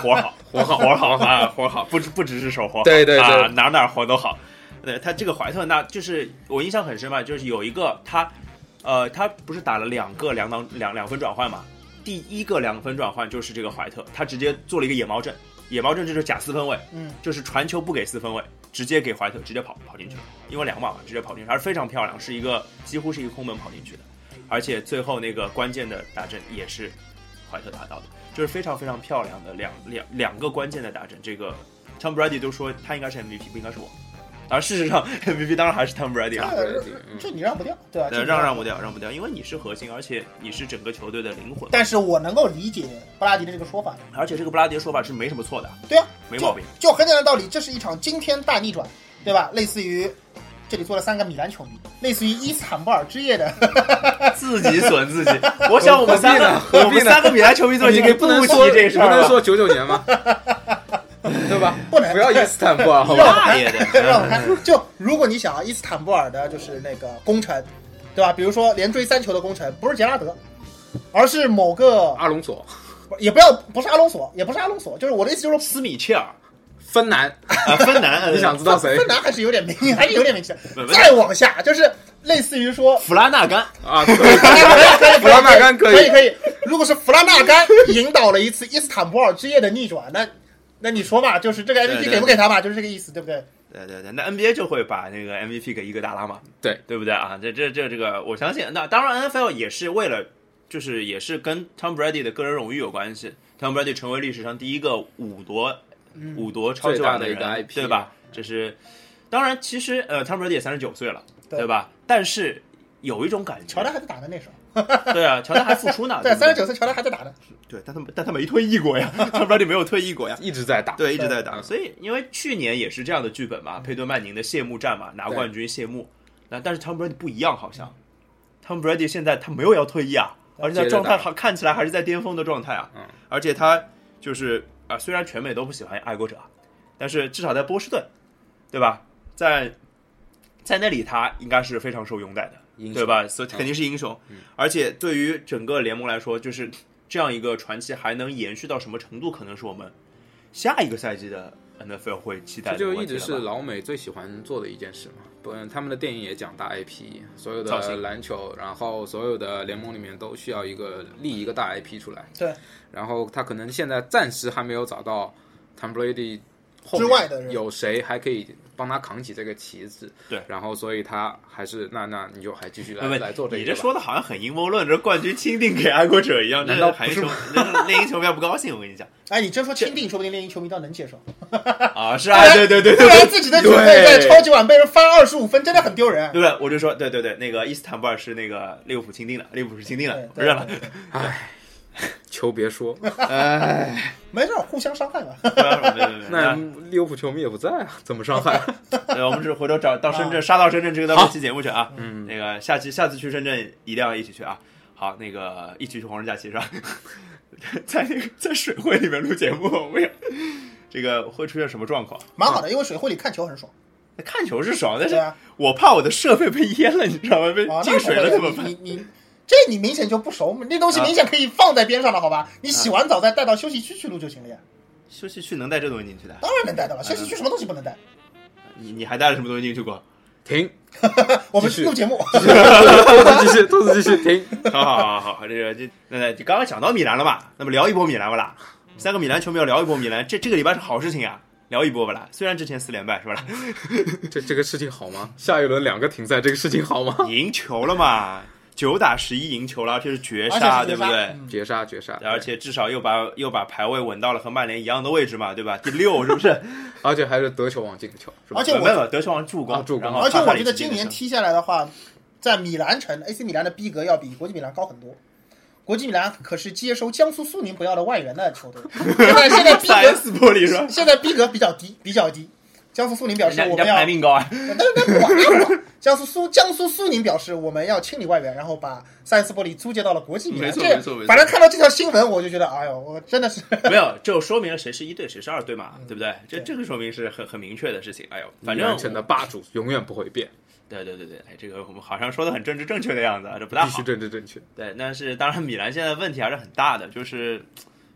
活好活好啊，活好，不只不只是手活好， 对对对啊，哪哪活都好。对他这个怀特，那就是我印象很深嘛，就是有一个他，呃，他不是打了两个两档两两分转换嘛？第一个两分转换就是这个怀特，他直接做了一个野猫阵，野猫阵就是假四分位， 嗯， 就是传球不给四分位，直接给怀特直接跑跑进去了，因为两码嘛，直接跑进去，还是非常漂亮，是一个几乎是一个空门跑进去的，而且最后那个关键的打阵也是怀特打到的。就是非常非常漂亮的两两两个关键的打阵，这个 Tom Brady 都说他应该是 M V P， 不应该是我。而事实上 M V P 当然还是 Tom Brady 了， 这你让不掉，对吧？ 对，让让不掉，让不掉，因为你是核心，而且你是整个球队的灵魂。 但是我能够理解布拉迪的这个说法， 而且这个布拉迪的说法是没什么错的， 对啊， 没毛病， 就，就很简单的道理，这是一场惊天大逆转，对吧？类似于。这里坐了三个米兰球迷，类似于伊斯坦布尔之夜的， 自己损自己。我想我们三个，我们三个米兰球迷做这个不能说这事儿， 不能说九九年吗？对吧？ 不能， 不要伊斯坦布尔，好吧？ 大爷的， 让我看。就如果你想啊，伊斯坦布尔的就是那个功臣，对吧？比如说连追三球的功臣，不是杰拉德，而是某个阿隆索， 也不要不是阿隆索，也不是阿隆索，就是我的意思就是斯米切尔。 芬南啊，芬南， 你想知道谁？ 芬南还是有点明，还是有点明显。再往下就是类似于说弗拉纳甘啊，可以， 弗拉纳甘可以，可以，可以。如果是弗拉纳甘引导了一次伊斯坦布尔之夜的逆转，那那你说吧，就是这个 M V P 给不给他嘛？就是这个意思，对不对？ 对对对，那 N B A 就会把那个 M V P 给伊戈达拉嘛？ 对对不对啊？这这这这个，我相信。那当然 N F L 也是为了，就是也是跟 Tom Brady 的个人荣誉有关系。Tom Brady 成为历史上第一个五夺。五夺超级碗的人， 一个 I P， 对吧？这是当然，其实呃，Tom Brady 也三十九岁了， 对, 对吧？但是有一种感觉， 乔丹还在打的那时候， 对啊，乔丹还复出呢， 对，三十九岁乔丹还在打的， 对，但他但他没退役过呀，Tom Brady 没有退役过呀， 一直在打， 对，一直在打。所以因为去年也是这样的剧本嘛，佩顿曼宁的谢幕战嘛，拿冠军谢幕。那但是 Tom Brady 不一样，好像 Tom Brady 现在他没有要退役啊，而且他状态好看起来还是在巅峰的状态啊， 嗯， 而且他就是啊，虽然全美都不喜欢爱国者。但是至少在波士顿，对吧？在在那里他应该是非常受拥戴的，对吧？所以肯定是英雄。 嗯、 而且对于整个联盟来说，就是这样一个传奇还能延续到什么程度，可能是我们下一个赛季的 N F L 会期待的。 这就一直是老美最喜欢做的一件事嘛。不，他们的电影也讲大 I P， 所有的篮球，然后所有的联盟里面都需要一个立一个大 I P 出来。 对。 然后他可能现在暂时还没有找到 Tom Brady。 之外的人有谁还可以帮他扛起这个旗帜？ 对， 然后所以他还是那那你就还继续来来做这个。 你这说的好像很阴谋论，这冠军钦定给爱国者一样， 难道不是？ 猎鹰球迷不高兴，我跟你讲。 哎，你真说钦定，说不定猎鹰球迷倒能接受。 啊，是啊，对对对对， 不然自己的球队在超级碗被人翻二十五分，真的很丢人。 对不对？我就说，对对对，那个伊斯坦布尔是那个利物浦钦定的，利物浦是钦定的，不认了。 唉。求别说，哎， 没事，互相伤害嘛。 那利物浦球迷也不在啊，怎么伤害？ 对，我们是回头找到深圳，杀到深圳这个当期节目去啊。嗯，那个下期下次去深圳一定要一起去啊。好，那个一起去皇人假期是吧？在那个在水会里面录节目，我们这个会出现什么状况？ 蛮好的，因为水会里看球很爽。 看球是爽，但是我怕我的设备被淹了，你知道吗？被进水了怎么办？ 你你。这你明显就不熟，那东西明显可以放在边上的，好吧？你洗完澡再带到休息区去录就行了呀。 休息区能带这东西进去的？ 当然能带到了。休息区什么东西不能带？ 你你还带了什么东西进去过？ 停， 我们录节目。 兔子继续，兔子继续，停。 好好好好，这个这那你刚刚讲到米兰了嘛？那么聊一波米兰吧啦。三个米兰球迷要聊一波米兰，这这个礼拜是好事情啊。聊一波吧啦，虽然之前四连败是吧？ 这这个事情好吗？下一轮两个停赛，这个事情好吗？ 赢球了嘛？九打十一赢球了，而且是绝杀，对不对？ 嗯、 绝杀，绝杀， 而且至少又把又把排位稳到了和曼联一样的位置嘛，对吧？第六是不是？ 而且还是德球王进的球，是吧？ 而且我没有德球王助攻， 啊、助攻。 而且我觉得今年踢下来的话，在米兰城 A C 米兰的逼格要比国际米兰高很多。国际米兰可是接收江苏苏宁不要的外援的球队，现在现在逼格现在逼格比较低，比较低。江苏苏宁表示我们要排名高啊， 但是那管江苏苏江苏苏宁表示我们要清理外援，然后把萨恩斯波利租借到了国际米兰。 没错没错没错。 反正看到这条新闻，我就觉得，哎呦，我真的是没有，就说明了谁是一队，谁是二队嘛， 嗯、 对不对？这这个说明是很很明确的事情。哎呦，反正完成的霸主永远不会变。 对对对对，哎，这个我们好像说的很政治正确的样子啊，这不大好。 必须政治正确。 对，但是当然，米兰现在问题还是很大的，就是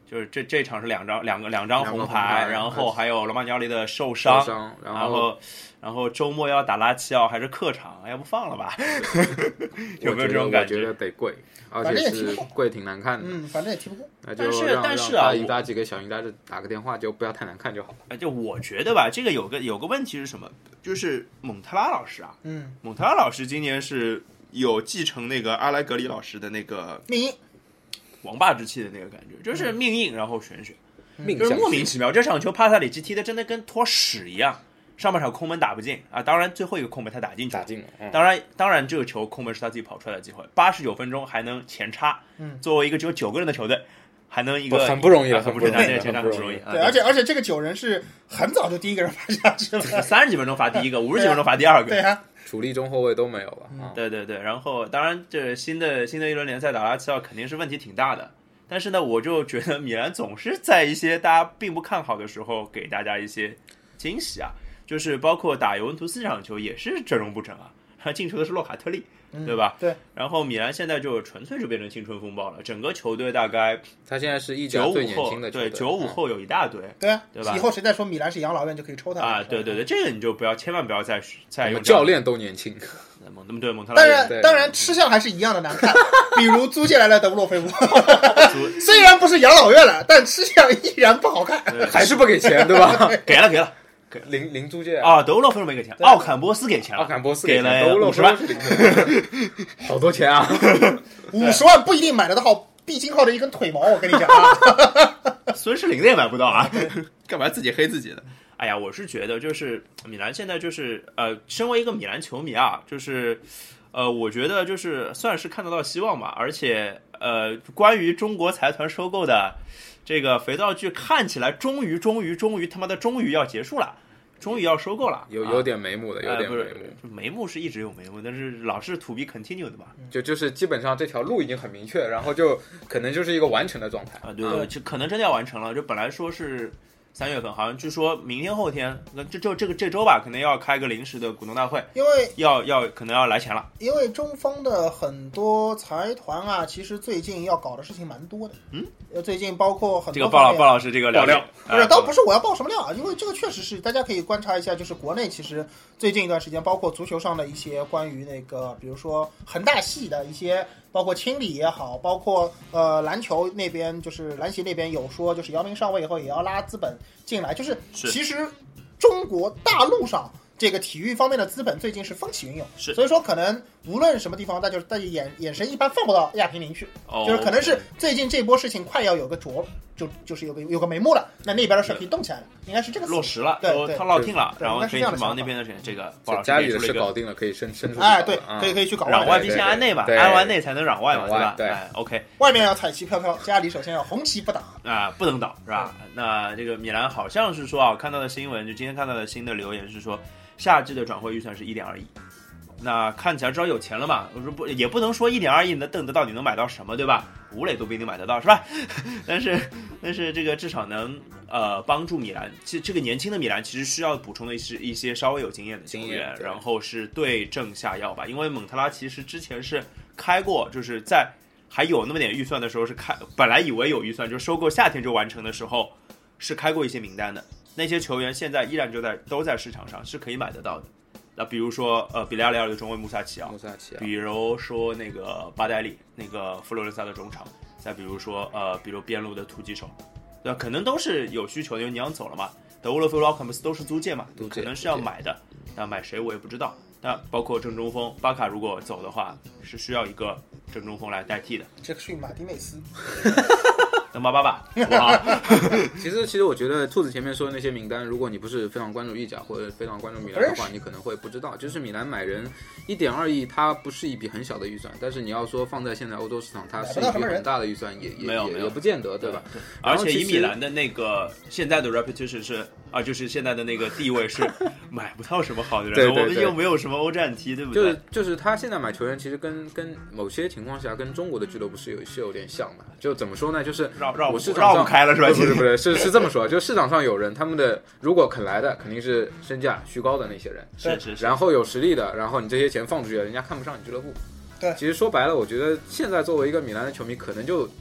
就是这这场是两张两个两张红两个红牌然后还有罗马尼奥利的受伤， 受伤然后然后然后周末要打拉齐奥还是客场，要不放了吧？有没有这种感我觉得得贵，而反正且是也踢不过贵挺难看的。 嗯，反正也踢不过。 那就但是让但是啊我让大一打几个小赢家就打个电话，就不要太难看就好。 啊，就我觉得吧，这个有个有个问题是什么？就是蒙特拉老师啊， 嗯， 蒙特拉老师今年是有继承那个阿莱格里老师的那个命硬， 王霸之气的那个感觉，就是命硬然后玄学，就是命相信莫名其妙。这场球帕萨里奇踢的真的跟拖屎一样，上半场空门打不进啊，当然最后一个空门他打进去了打进了，嗯当然，当然，这个球空门是他自己跑出来的机会。八十九分钟还能前插， 嗯作为一个只有九个人的球队，还能一个不很不容易了啊很不很不容易容易，这个前插很不容易很不容易。啊对，而且而且这个九人是很早就第一个人罚下去了。 三十几分钟罚第一个，五十几分钟罚第二个。 对啊， 主力中后卫都没有了啊。 对对对，然后当然这新的新的一轮联赛打拉齐奥肯定是问题挺大的，但是呢，我就觉得米兰总是在一些大家并不看好的时候给大家一些惊喜啊，就是包括打尤文图斯这场球也是阵容不整啊，进球的是洛卡特利，对吧？ 对， 然后米兰现在就纯粹就变成青春风暴了，整个球队大概他现在是意甲九五最年后轻的球队， 对九五嗯后有一大堆对啊， 对吧以后谁再说米兰是养老院就可以抽他了啊，对对对，这个你就不要千万不要再再我用这样们教练都年轻， 蒙那么对蒙特拉当也对然当然吃相还是一样的难看，比如租借来的德布洛菲夫，虽然不是养老院了，但吃相依然不好看。 对还是不给钱对吧？ 给了给了。 零零租借啊， 啊，德布洛夫没给钱，奥坎波斯给钱了， 奥坎波斯给钱德布洛夫了五十万， 是零的，好多钱啊！ 五十万不一定买得到毕金浩的一根腿毛，我跟你讲啊。 孙世林的也买不到啊，干嘛自己黑自己的？哎呀，我是觉得就是米兰现在就是呃，身为一个米兰球迷啊，就是呃，我觉得就是算是看得到希望吧，而且呃，关于中国财团收购的这个肥皂剧，看起来终于终于终于他妈的终于要结束了。终于要收购了， 有有点眉目的，有点呃、不是眉目。 眉目是一直有眉目，但是老是 to be continued 的嘛。 就就是基本上这条路已经很明确，然后就可能就是一个完成的状态啊，对对，就可能真的要完成了。就本来说是三月份，好像据说明天后天，那就就这个这周吧，可能要开个临时的股东大会， 因为要要可能要来钱了。 因为中方的很多财团啊，其实最近要搞的事情蛮多的。 嗯， 呃，最近包括很多这个鲍老鲍老师这个爆料不是， 啊倒不是我要爆什么料啊，因为这个确实是大家可以观察一下，就是国内其实最近一段时间，包括足球上的一些关于那个，比如说恒大系的一些，包括清理也好，包括呃篮球那边，就是篮协那边有说，就是姚明上位以后也要拉资本进来，就是是其实中国大陆上这个体育方面的资本最近是风起云涌， 是所以说可能无论什么地方，大家大家眼眼神一般放不到亚平宁去， 哦就是可能是最近这波事情快要有个着，就就是有个有个眉目了，那那边的事可以动起来了，应该是这个思路落实了，都对对他落定了， 对然后应该是这样的可以去忙想法那边的事情。这个鲍老师家里的给出了一个事搞定了，可以伸伸出去哎，对搞了，啊可以可以去搞攘外必对先安内嘛， 对安完内才能攘外嘛， 攘外吧？ 对哎，OK 外面要彩旗飘飘，家里首先要红旗不倒。 啊，不能倒是吧？那这个米兰好像是说啊，看到的新闻就今天看到的新的留言是说，夏季的转会预算是一点二亿。那看起来至少有钱了嘛？我说不，也不能说一点二亿能瞪得到，你能买到什么，对吧？吴磊都不一定买得到，是吧？但是，但是这个至少能呃帮助米兰。其实这个年轻的米兰其实需要补充的是一些稍微有经验的球员经验，对然后是对症下药吧。因为蒙特拉其实之前是开过，就是在还有那么点预算的时候是开，本来以为有预算，就收购夏天就完成的时候是开过一些名单的。那些球员现在依然就在都在市场上是可以买得到的。那比如说，呃，比利亚雷尔的中卫穆萨奇奥， 穆萨奇奥比如说那个巴戴利，那个佛罗伦萨的中场，再比如说呃，比如边路的突击手，对吧？可能都是有需求的，因为你要走了嘛。德乌洛夫、劳坎普斯都是租借嘛， 租借可能是要买的，那买谁我也不知道。那包括正中锋巴卡如果走的话，是需要一个正中锋来代替的， 杰克逊、马丁内斯， 登巴巴吧，好不好？ 其实，其实我觉得兔子前面说的那些名单，如果你不是非常关注意甲或者非常关注米兰的话，你可能会不知道。就是米兰买人一点二亿，它不是一笔很小的预算，但是你要说放在现在欧洲市场，它是一笔很大的预算，也也没有没有也也不见得，对吧？ 对，而且以然后其实米兰的那个现在的 reputation 是啊，就是现在的那个地位是买不到什么好的人， 对对对我们又没有什么欧战踢，对不对？ 就是就是他现在买球员，其实跟跟某些情况下跟中国的俱乐部是有是有点像的。就怎么说呢？就是绕绕不我市场上绕不开了是吧？ 不是不是是是这么说，就市场上有人，他们的如果肯来的，肯定是身价虚高的那些人， 是是是， 然后有实力的，然后你这些钱放出去，人家看不上你俱乐部。 对， 其实说白了，我觉得现在作为一个米兰的球迷，可能就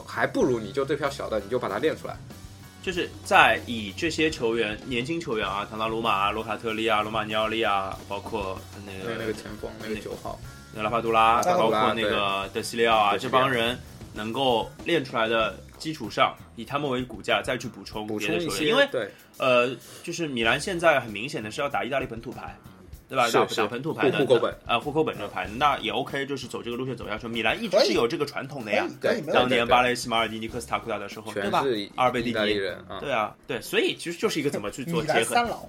还不如你就这票小的，你就把它练出来。 就是在以这些球员，年轻球员啊，唐纳鲁马啊、罗卡特利啊、罗马尼奥利啊，包括那个那个前锋那个九号， 那个拉帕杜拉， 拉帕杜拉包括那个德西利奥啊，这帮人能够练出来的基础上，以他们为骨架再去补充补别的球员， 充一些， 因为对， 呃，就是米兰现在很明显的是要打意大利本土牌。对吧？打是打本土牌的户口本啊，户口本这个牌，那也 OK， 就是走这个路线走下去。米兰一直是有这个传统的呀。 可以，可以，没问题。 当年巴雷西、马尔蒂尼、科斯塔库达的时候，对吧？阿尔贝蒂尼人，啊、 对啊，对，所以其实就是一个怎么去做结合。 三老。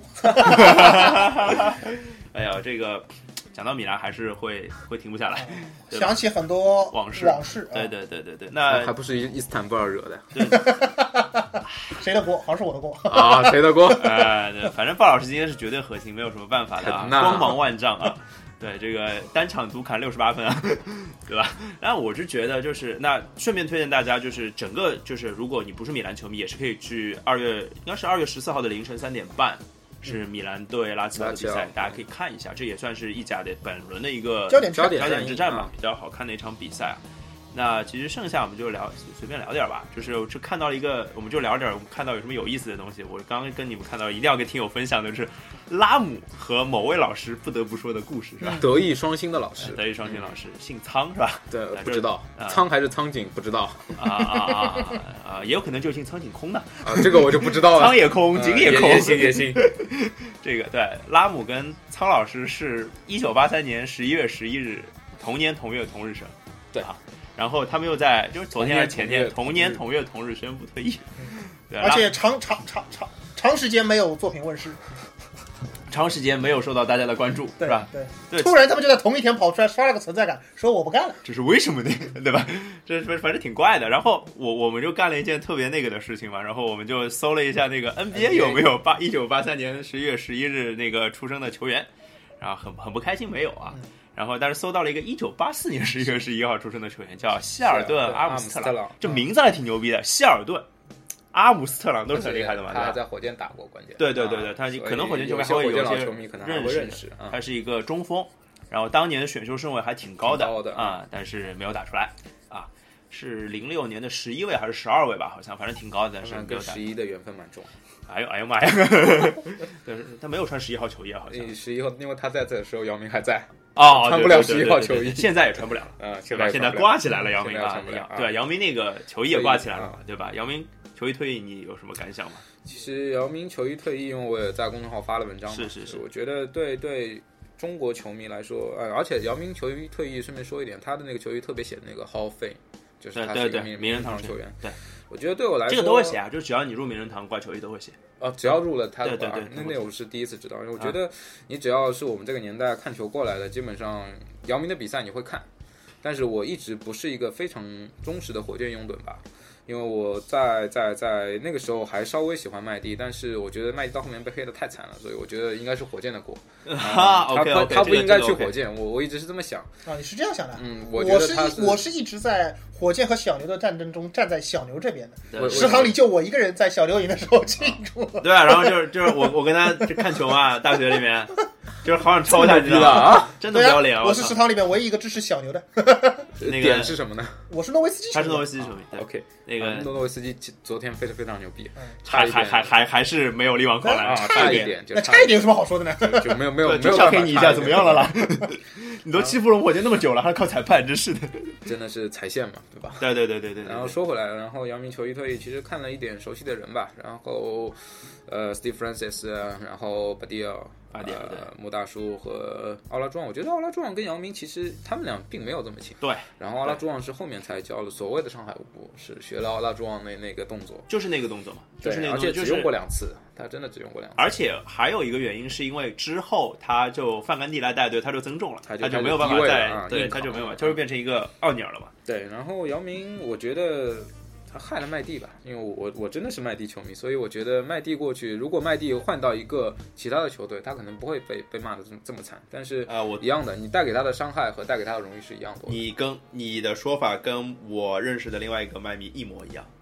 哎呀，这个讲到米兰还是会会停不下来， 想起很多往事往事。 对对对对对，那还不是伊斯坦布尔惹的。 对。 谁的锅？好像是我的锅啊！谁的锅？ 呃，对，反正鲍老师今天是绝对核心，没有什么办法的啊，光芒万丈啊！对，这个单场独砍六十八分啊，对吧？然后我是觉得，就是那顺便推荐大家，就是整个就是如果你不是米兰球迷，也是可以去二月，应该是二月十四号的凌晨三点半，是米兰对拉齐奥的比赛，大家可以看一下，这也算是意甲的本轮的一个焦点焦点焦点之战嘛， 嗯、 比较好看的一场比赛啊。那其实剩下我们就聊随便聊点吧，就是就看到了一个，我们就聊点我们看到有什么有意思的东西。我刚刚跟你们看到，一定要跟听友分享的是拉姆和某位老师不得不说的故事，是吧？ 德艺双馨的老师， 德艺双馨老师姓苍是吧？ 对，不知道苍还是苍井不知道啊啊啊啊！也有可能就姓苍井空的啊，这个我就不知道了。 苍也空，井也空， 也行也行。 这个对，拉姆跟苍老师是一九八三年十一月十一日同年同月同日生， 对啊。然后他们又在就是昨天还是前天同年同月同日宣布退役，对， 而且长长长长长时间没有作品问世， 长时间没有受到大家的关注，是吧？ 对对， 突然他们就在同一天跑出来刷了个存在感，说我不干了， 这是为什么呢？对吧？这反正挺怪的。然后我我们就干了一件特别那个的事情嘛，然后我们就搜了一下那个 N B A 有没有八一九八三年十一月十一日那个出生的球员，然后很很不开心没有啊。嗯，然后，但是搜到了一个一九八四年十一月十一号出生的球员，叫希尔顿·阿姆斯特朗，这名字还挺牛逼的。希尔顿、阿姆斯特朗都是很厉害的嘛。 他在火箭打过，关键。 对对对对，他可能火箭球迷还会有一些认识。 认识他是一个中锋，然后当年的选秀顺位还挺高的啊，但是没有打出来啊。是零六年的十一位还是十二位吧？好像反正挺高的，但是跟十一的缘分蛮重。 哎呦哎呦妈呀！对，他没有穿十一号球衣，好像十一号，因为他在这的时候，姚明还在。 哦， 穿不了十一号球衣， 现在也穿不了了。 嗯， 现在现在挂起来了，姚明啊， 啊对，姚明那个球衣也挂起来了嘛，对吧？姚明球衣退役，你有什么感想吗？ 其实姚明球衣退役，因为我也在公众号发了文章嘛， 是是是， 我觉得对对中国球迷来说，呃，而且姚明球衣退役，顺便说一点，他的那个球衣特别写的那个 Hall of Fame， 就是他是一个名人堂球员。 对， 我觉得对我来说， 这个都会写啊，就是只要你入名人堂挂球衣都会写。 哦，只要入了他的话， 对对对， 那那我是第一次知道。我觉得你只要是我们这个年代看球过来的，基本上姚明的比赛你会看，但是我一直不是一个非常忠实的火箭拥趸吧。因为我在在在那个时候还稍微喜欢麦迪，但是我觉得麦迪到后面被黑得太惨了，所以我觉得应该是火箭的锅。 嗯、 他 okay, okay, 他不应该去火箭， 这个、 我我一直是这么想。 啊，你是这样想的？ 嗯， 我觉得他是我是一直在火箭和小牛的战争中站在小牛这边的。 食堂里就我一个人在小牛赢的时候庆祝。 对啊，然后就是就是我我跟他就看球嘛，大学里面。就是好想抄他，你知道啊？ 真的不要脸！ 我是食堂里面唯一一个支持小牛的。 那个点是什么呢？ 我是诺维斯基， 他是诺维斯基球迷。 OK， 那个诺维斯基昨天飞得非常牛逼， 还还还还还是没有力挽狂澜， 差一点， 那差一点有什么好说的呢？ 就没有没有没有小黑你一下怎么样了啦？你都欺负了火箭那么久了，还靠裁判，真是的， 真的是踩线嘛，对吧？ 对对对对对。 然后说回来，然后姚明球衣退役，其实看了一点熟悉的人吧，然后呃 ，Steve Francis， 然后巴蒂尔。 巴蒂尔、 呃、穆大叔和奥拉朱旺，我觉得奥拉朱旺跟姚明其实他们俩并没有这么亲。 对， 然后奥拉朱旺是后面才教了所谓的上海舞步，是学了奥拉朱旺那那个动作， 就是那个动作嘛，就是那个动作， 而且只用过两次，他真的只用过两次。 而且还有一个原因是因为之后他就范甘地来带队，他就增重了，他就就没有办法再、 啊、 对，他就没有办法，他就变成一个奥尼尔了嘛。 对，然后姚明，我觉得。他害了麦蒂吧，因为我我真的是麦蒂球迷，所以我觉得麦蒂过去，如果麦蒂换到一个其他的球队，他可能不会被被骂的这么这么惨。但是啊，我一样的，你带给他的伤害和带给他的荣誉是一样的。 你跟你的说法跟我认识的另外一个麦迷一模一样。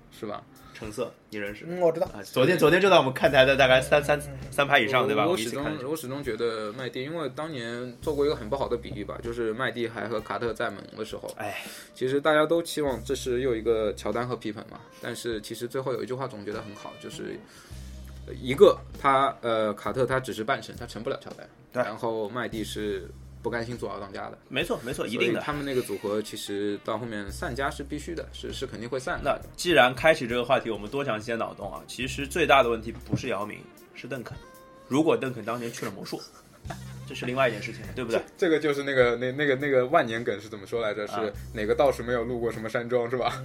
是吧？ 橙色你认识？ 嗯，我知道。 啊，昨天昨天就在我们看台的大概三三三排以上，对吧？ 我我始我们一起看终我始终觉得麦蒂，因为当年做过一个很不好的比喻吧，就是麦蒂还和卡特在猛龙的时候， 哎， 其实大家都期望这是又一个乔丹和皮蓬嘛，但是其实最后有一句话总结得很好，就是一个他呃卡特他只是半神，他成不了乔丹， 对， 然后麦蒂是不甘心做二当家的， 没错没错，一定的。 他们那个组合其实到后面散家是必须的，是是肯定会散的。 那既然开启这个话题，我们多讲一些脑洞啊。其实最大的问题不是姚明，是邓肯。如果邓肯当年去了魔术，这是另外一件事情，对不对？ 这个就是那个那那个那个万年梗是怎么说来着？是、啊、哪个道士没有路过什么山庄是吧？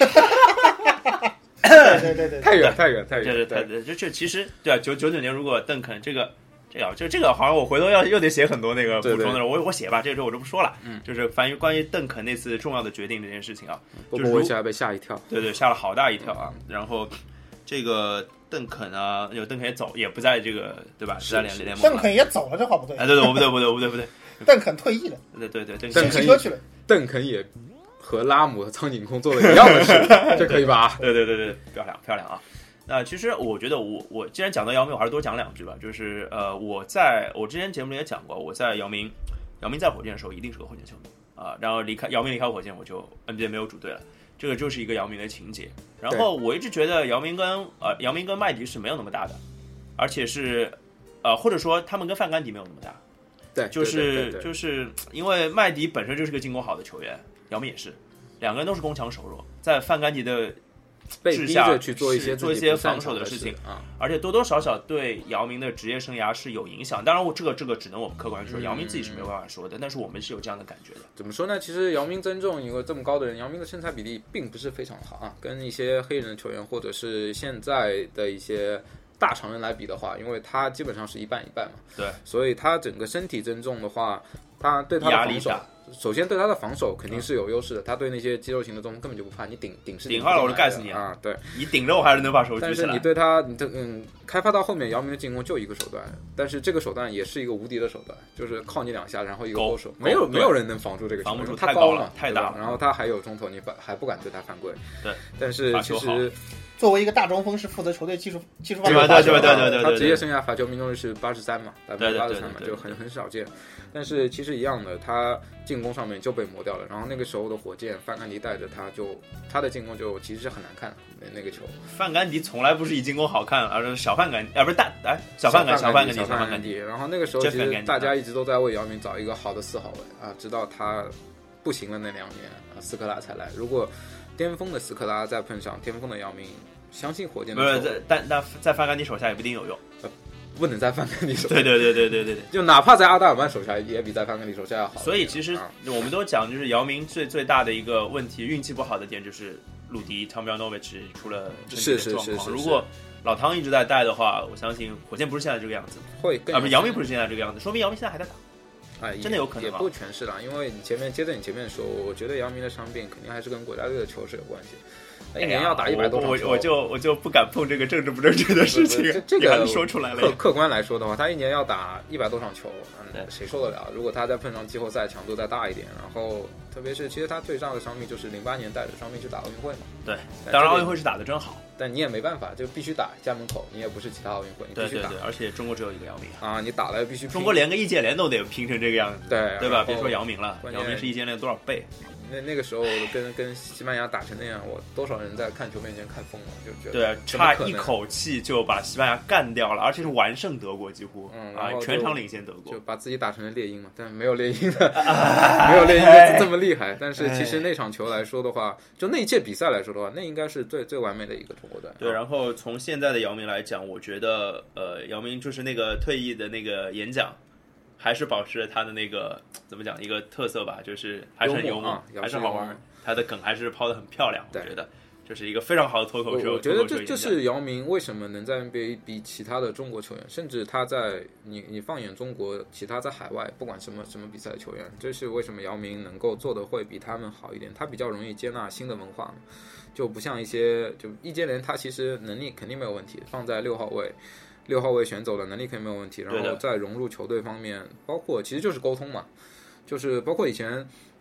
对对对对， 太远太远太远。 对对对，这这其实对啊，九九九年如果邓肯这个。这个就这个好像我回头要又得写很多那个补充的了，我我写吧，这个我就不说了。嗯，就是关于关于邓肯那次重要的决定这件事情啊， 波波维奇还被吓一跳， 对对，吓了好大一跳啊。然后这个邓肯啊，有邓肯也走，也不在这个对吧？在联联盟。 邓肯也走了，这话不对。 哎，对对，不对不对不对不对， 邓肯退役了。 对对对， 邓肯车去了。 邓肯也和拉姆和苍井空做了一样的事，这可以吧？ 对对对对，漂亮漂亮啊。那其实我觉得我我既然讲到姚明，我还是多讲两句吧。就是呃，我在我之前节目里也讲过，我在姚明姚明在火箭的时候一定是个火箭球迷啊，然后离开姚明离开火箭，我就 N B A 没有主队了，这个就是一个姚明的情节。然后我一直觉得姚明跟呃姚明跟麦迪是没有那么大的，而且是呃或者说他们跟范甘迪没有那么大。 对， 就是对对对对就是因为麦迪本身就是个进攻好的球员，姚明也是，两个人都是攻强守弱，在范甘迪的被逼着去做一些做一些防守的事情啊， 而且多多少少对姚明的职业生涯是有影响。当然，我这个这个只能我们客观说，姚明自己是没有办法说的，但是我们是有这样的感觉的。 怎么说呢？其实姚明增重一个这么高的人，姚明的身材比例并不是非常好啊，跟一些黑人球员或者是现在的一些大常人来比的话，因为他基本上是一半一半嘛， 对， 所以他整个身体增重的话，他对他的防守。首先对他的防守肯定是有优势的，他对那些肌肉型的中锋根本就不怕，你顶顶是顶上了我就盖死你啊！对， 你顶着我还是能把手举起来。 但是你对他，你这嗯，开发到后面，姚明的进攻就一个手段，但是这个手段也是一个无敌的手段，就是靠你两下，然后一个勾手，没有没有人能防住这个球， 防不住， 太高了， 太大了。 然后他还有中投，你还不敢对他犯规。 对， 但是其实作为一个大中锋，是负责球队技术技术方面的。 对对对对对， 他职业生涯罚球命中率是八十三嘛，百分之八十三嘛，就很很少见。但是其实一样的，他进攻上面就被磨掉了。然后那个时候的火箭，范甘迪带着他就他的进攻就其实是很难看的那那个球。 范甘迪从来不是以进攻好看，而是小范甘啊不是大哎小范甘小范甘迪小范甘迪。 然后那个时候其实大家一直都在为姚明找一个好的四号位啊，直到他不行了那两年啊，斯科拉才来。如果巅峰的斯科拉再碰上巅峰的姚明，相信火箭的不是但但在范甘迪手下也不一定有用。 呃不能在范甘迪手下， 对对对对对对对， 就哪怕在阿达尔曼手下，也比在范甘迪手下要好。 所以其实我们都讲，就是姚明最最大的一个问题，运气不好的点就是鲁迪 Tomjanovich 出了身体的状况。如果老汤一直在带的话，我相信火箭不是现在这个样子， 会啊不是姚明不是现在这个样子，说明姚明现在还在打。 哎， 真的有可能也不全是啦，因为你前面接着你前面说，我觉得姚明的伤病肯定还是跟国家队的球是有关系。一年要打一百多场球， 我我就我就不敢碰这个政治不正确的事情。 这个说出来了。 客客观来说的话，他一年要打一百多场球，嗯，谁受得了？如果他再碰上季后赛，强度再大一点，然后特别是其实他最大的伤病就是零八年带着伤病去打奥运会嘛。 对，当然奥运会是打得真好， 但你也没办法，就必须打家门口，你也不是其他奥运会，你必须打。 对对对，而且中国只有一个姚明啊，你打了必须拼。 中国连个易建联都得拼成这个样子， 对对吧？别说姚明了，姚明是易建联多少倍？ 那那个时候跟跟西班牙打成那样，我多少人在看球面前看疯了，就觉得对，差一口气就把西班牙干掉了，而且是完胜德国，几乎嗯啊，全场领先德国， 就把自己打成了猎鹰嘛，但没有猎鹰的，没有猎鹰的这么厉害。但是其实那场球来说的话，就那一届比赛来说的话，那应该是最最完美的一个中国队。 对，然后从现在的姚明来讲，我觉得呃，姚明就是那个退役的那个演讲。还是保持了他的那个怎么讲一个特色吧，就是还是很幽默， 啊、 还是好玩，他的梗还是抛得很漂亮，我觉得就是一个非常好的脱口秀。 我觉得这这是姚明为什么能在 N B A 比其他的中国球员，甚至他在你你放眼中国其他在海外不管什么什么比赛的球员，这是为什么姚明能够做的会比他们好一点。他比较容易接纳新的文化嘛，就不像一些就易建联，他其实能力肯定没有问题，放在六号位。六号位选走的能力肯定没有问题，然后在融入球队方面，包括其实就是沟通嘛，就是包括以前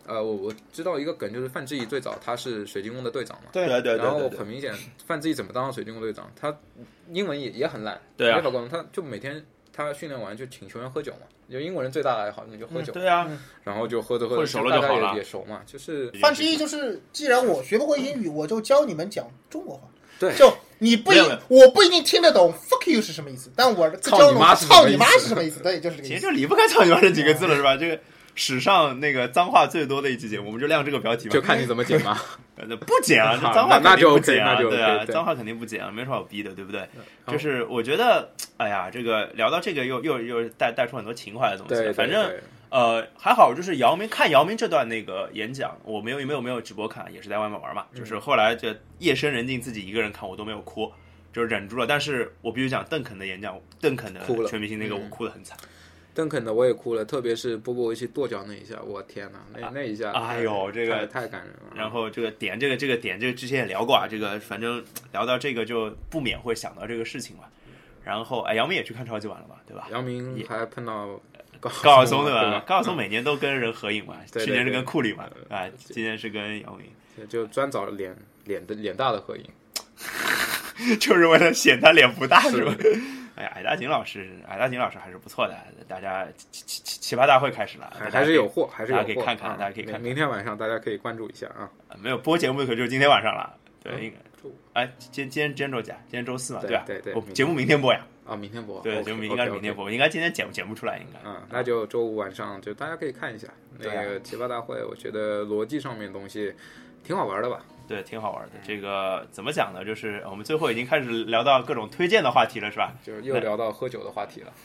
呃，我我知道一个梗，就是范志毅最早他是水晶宫的队长嘛， 对对对对然后对对很明显，范志毅怎么当上水晶宫队长？他英文也也很烂， 对啊没法沟通，他就每天他训练完就请球员喝酒嘛，就英国人最大的爱好你就喝酒， 对啊， 然后就喝着喝着混熟了就大家好了也也熟嘛，就是范志毅就是，既然我学不会英语，我就教你们讲中国话。 对， 就你不一没有没有我不一定听得懂 fuck you 是什么意思，但我教操你妈是什么操你意思妈是什么意思？对，就是这个其实意思。 就离不开操你妈这几个字了是吧？这个史上那个脏话最多的一期节目，我们就亮这个标题嘛。 就看你怎么剪嘛。 呃不剪啊，这好脏话那就肯定不 OK， 剪啊， 那就 OK， 对啊， 对脏话肯定不剪啊，没什么好逼的，对不对？ 好就是我觉得，哎呀，这个聊到这个又又又带带出很多情怀的东西了， 对， 反正对呃还好，就是姚明看姚明这段那个演讲，我没有没有没有直播看，也是在外面玩嘛， 嗯就是后来这夜深人静自己一个人看，我都没有哭，就是忍住了。但是我必须讲邓肯的演讲，邓肯的哭了全明星那个我嗯哭得很惨。 邓肯的我也哭了，特别是波波维奇跺脚那一下，我天哪，那那一下， 哎呦这个太太感人了。 然后这个点，这个这个点，这个之前也聊过啊。这个反正聊到这个就不免会想到这个事情嘛。然后哎，姚明也去看超级碗了嘛，对吧？ 姚明还碰到高高晓松对吧？ 对吧？ 高晓松每年都跟人合影嘛， 对对去年是对跟库里嘛， 呃啊，今年是跟姚明， 嗯就专找脸脸的脸大的合影。 就是为了显他脸不大是吧？哎呀，矮大紧老师，矮大紧老师还是不错的。大家奇奇奇奇葩大会开始了， 还还是有货，还是有大货， 家可以看看， 啊大家可以看看。 明天晚上大家可以关注一下啊。 没有播节目可就是今天晚上了，对， 嗯应该。哎，今今天今天周几啊？今天周四嘛，吧？ 对对对我节目明天播呀。 啊，明天播。 对， OK， 节目应该是明天 OK，OK。 播，应该今天剪剪不出来，应该。 嗯，那就周五晚上就大家可以看一下那对啊个奇葩大会，我觉得逻辑上面的东西挺好玩的吧。 对，挺好玩的。这个怎么讲呢？就是我们最后已经开始聊到各种推荐的话题了，是吧？ 就又聊到喝酒的话题了。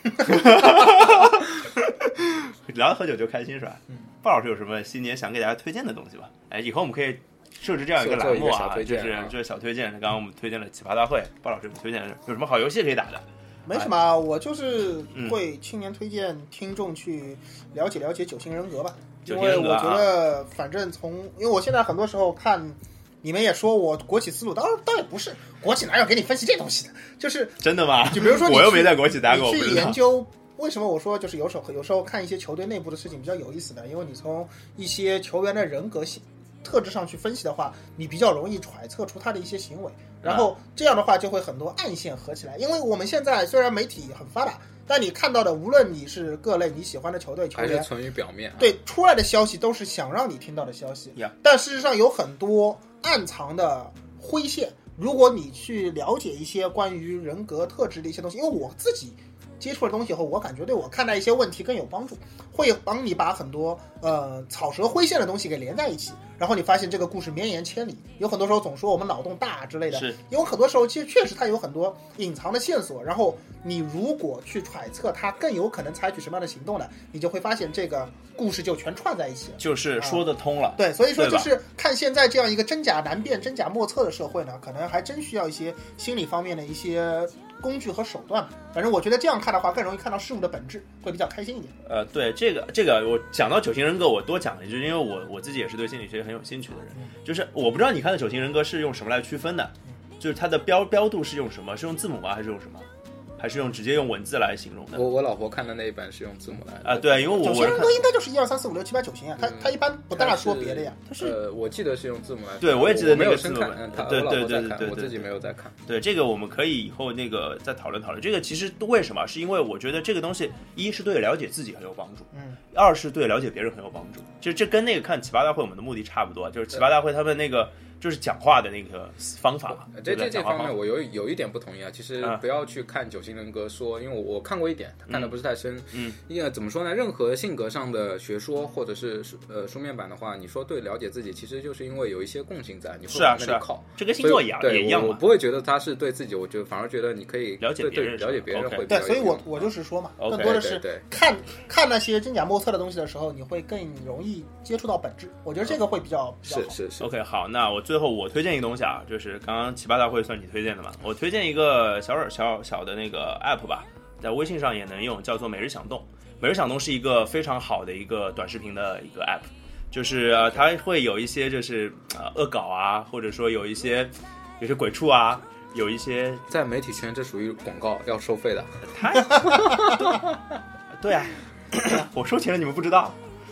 聊到喝酒就开心，是吧？ 嗯。 鲍老师有什么新年想给大家推荐的东西吧？哎，以后我们可以设置这样一个栏目啊，就是就是小推荐。刚刚我们推荐了奇葩大会，鲍老师有推荐有什么好游戏可以打的？ 没什么，我就是嗯会青年推荐听众去了解了解九型人格吧， 九因为我型人格啊觉得反正从，因为我现在很多时候看。你们也说我国企思路，倒倒也不是，国企哪有给你分析这东西的？就是真的吗？ 就比如说你我又没在国企待过， 你去我不知道研究为什么我说就是有时候有时候看一些球队内部的事情比较有意思的，因为你从一些球员的人格性特质上去分析的话，你比较容易揣测出他的一些行为，然后这样的话就会很多暗线合起来。因为我们现在虽然媒体很发达，但你看到的无论你是各类你喜欢的球队球员， 还是存于表面、啊。 对，出来的消息都是想让你听到的消息， yeah. 但事实上有很多暗藏的灰线。如果你去了解一些关于人格特质的一些东西，因为我自己接触的东西后，我感觉对我看待一些问题更有帮助，会帮你把很多呃草蛇灰线的东西给连在一起，然后你发现这个故事绵延千里。有很多时候总说我们脑洞大之类的， 是因为很多时候其实确实它有很多隐藏的线索，然后你如果去揣测它更有可能采取什么样的行动呢，你就会发现这个故事就全串在一起了， 就是说得通了。 啊、对，所以说就是看现在这样一个真假难辨、真假莫测的社会呢，可能还真需要一些心理方面的一些工具和手段。反正我觉得这样看的话，更容易看到事物的本质，会比较开心一点。 呃，对，这个这个，我讲到九型人格，我多讲了一句，因为我我自己也是对心理学很有兴趣的人，就是我不知道你看的九型人格是用什么来区分的，就是它的标标度是用什么？是用字母吗？还是用什么？还是用直接用文字来形容的？ 我我老婆看的那一版是用字母来啊，对，因为我九型人格应该就是一二三四五六七八九型啊，他他一般不大说别的呀。 他是呃，我记得是用字母来。 对，我也记得那个字母。看，他对对对对对， 我自己没有在看。 对，这个我们可以以后那个再讨论讨论。这个其实为什么？是因为我觉得这个东西，一是对了解自己很有帮助， 嗯， 二是对了解别人很有帮助。就这跟那个看奇葩大会我们的目的差不多，就是奇葩大会他们那个。就是讲话的那个方法嘛， 这这这方面我有有一点不同意啊。其实不要去看九型人格说，因为我我看过一点，看的不是太深。 嗯， 因为怎么说呢？任何性格上的学说或者是呃书面版的话，你说对了解自己，其实就是因为有一些共性在，你会往那里靠。 是啊，这跟星座一样， 对， 也一样。 我不会觉得他是对自己，我就反而觉得你可以了解别人， 了解别人会对，所以我我就是说嘛， okay, 更多的是看看那些真假莫测的东西的时候，你会更容易接触到本质。我觉得这个会比较比较好。 是是是。 OK， 好，那我最后我推荐一个东西。东西啊，就是刚刚奇葩大会算你推荐的嘛？我推荐一个小小小的那个 app 吧，在微信上也能用，叫做每日响动。每日响动是一个非常好的一个短视频的一个 app， 就是呃，它会有一些就是呃恶搞啊，或者说有一些有些鬼畜啊，有一些在媒体圈这属于广告要收费的。 太对啊，我收钱了你们不知道。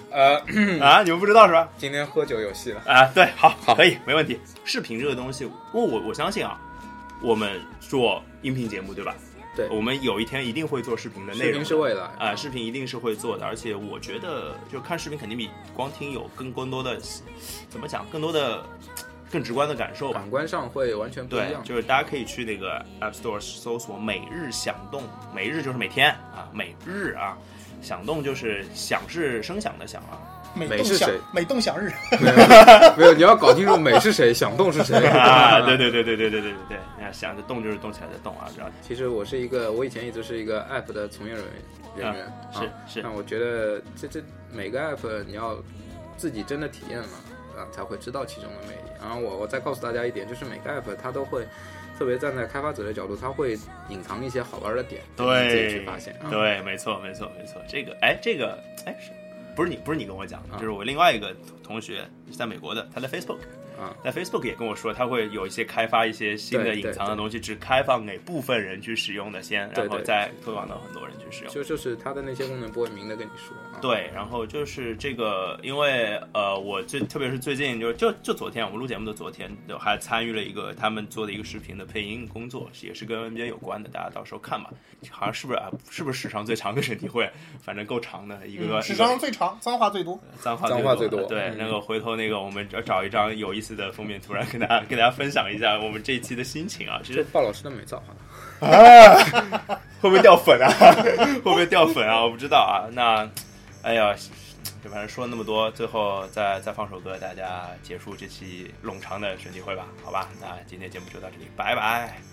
呃啊，你们不知道是吧？ 今天喝酒有戏了啊，对，好，好，可以，没问题。视频这个东西，我我我相信啊，我们做音频节目，对吧？ 对， 我们有一天一定会做视频的内容。 视频是未来啊、 呃，视频一定是会做的，而且我觉得，就看视频肯定比光听有更更多的，怎么讲，更多的。更直观的感受吧， 感官上会完全不一样。 对，就是大家可以去那个 App Store 搜索“每日响动”，每日就是每天啊，每日啊，响动就是响是声响的响啊。 美是谁？ 美动响日。 没有，没有，你要搞清楚美是谁，响动是谁啊？对对对对对对对对对，你看响的动就是动起来的动啊，知道？ 其实我是一个，我以前一直是一一个 App 的从业人员，人员、 啊、 是、 啊、是。 那我觉得这这每个 App 你要自己真的体验了。啊，才会知道其中的魅力。然后我我再告诉大家一点，就是每个 app 它都会，特别站在开发者的角度，它会隐藏一些好玩的点， 对， 你自己去发现。 嗯、对，没错，没错，没错。这个，哎，这个，哎，是不是你？不是你跟我讲的，就是我另外一个同学是在美国的，他在 Facebook。啊，在 Facebook 也跟我说，他会有一些开发一些新的隐藏的东西，只开放给部分人去使用的先，然后再推广到很多人去使用。 就就是他的那些功能不会明的跟你说。啊、 对，然后就是这个，因为呃，我最特别是最近就就就昨天我们录节目的昨天，就还参与了一个他们做的一个视频的配音工作，也是跟 N B A 有关的，大家到时候看吧。好像是不是啊？是不是史上最长的审题会？反正够长的一个个、 嗯，史上最长，脏话最多， 脏话脏话最多。 对， 嗯、 那个回头那个我们找一张有意思的封面图，然后跟大家跟大家分享一下我们这一期的心情啊。其实鲍老师的美造啊，会不会掉粉啊？会不会掉粉啊？我不知道啊。那，哎呀，就反正说了那么多，最后再再放首歌，大家结束这期冗长的审题会吧，好吧？那今天节目就到这里，拜拜。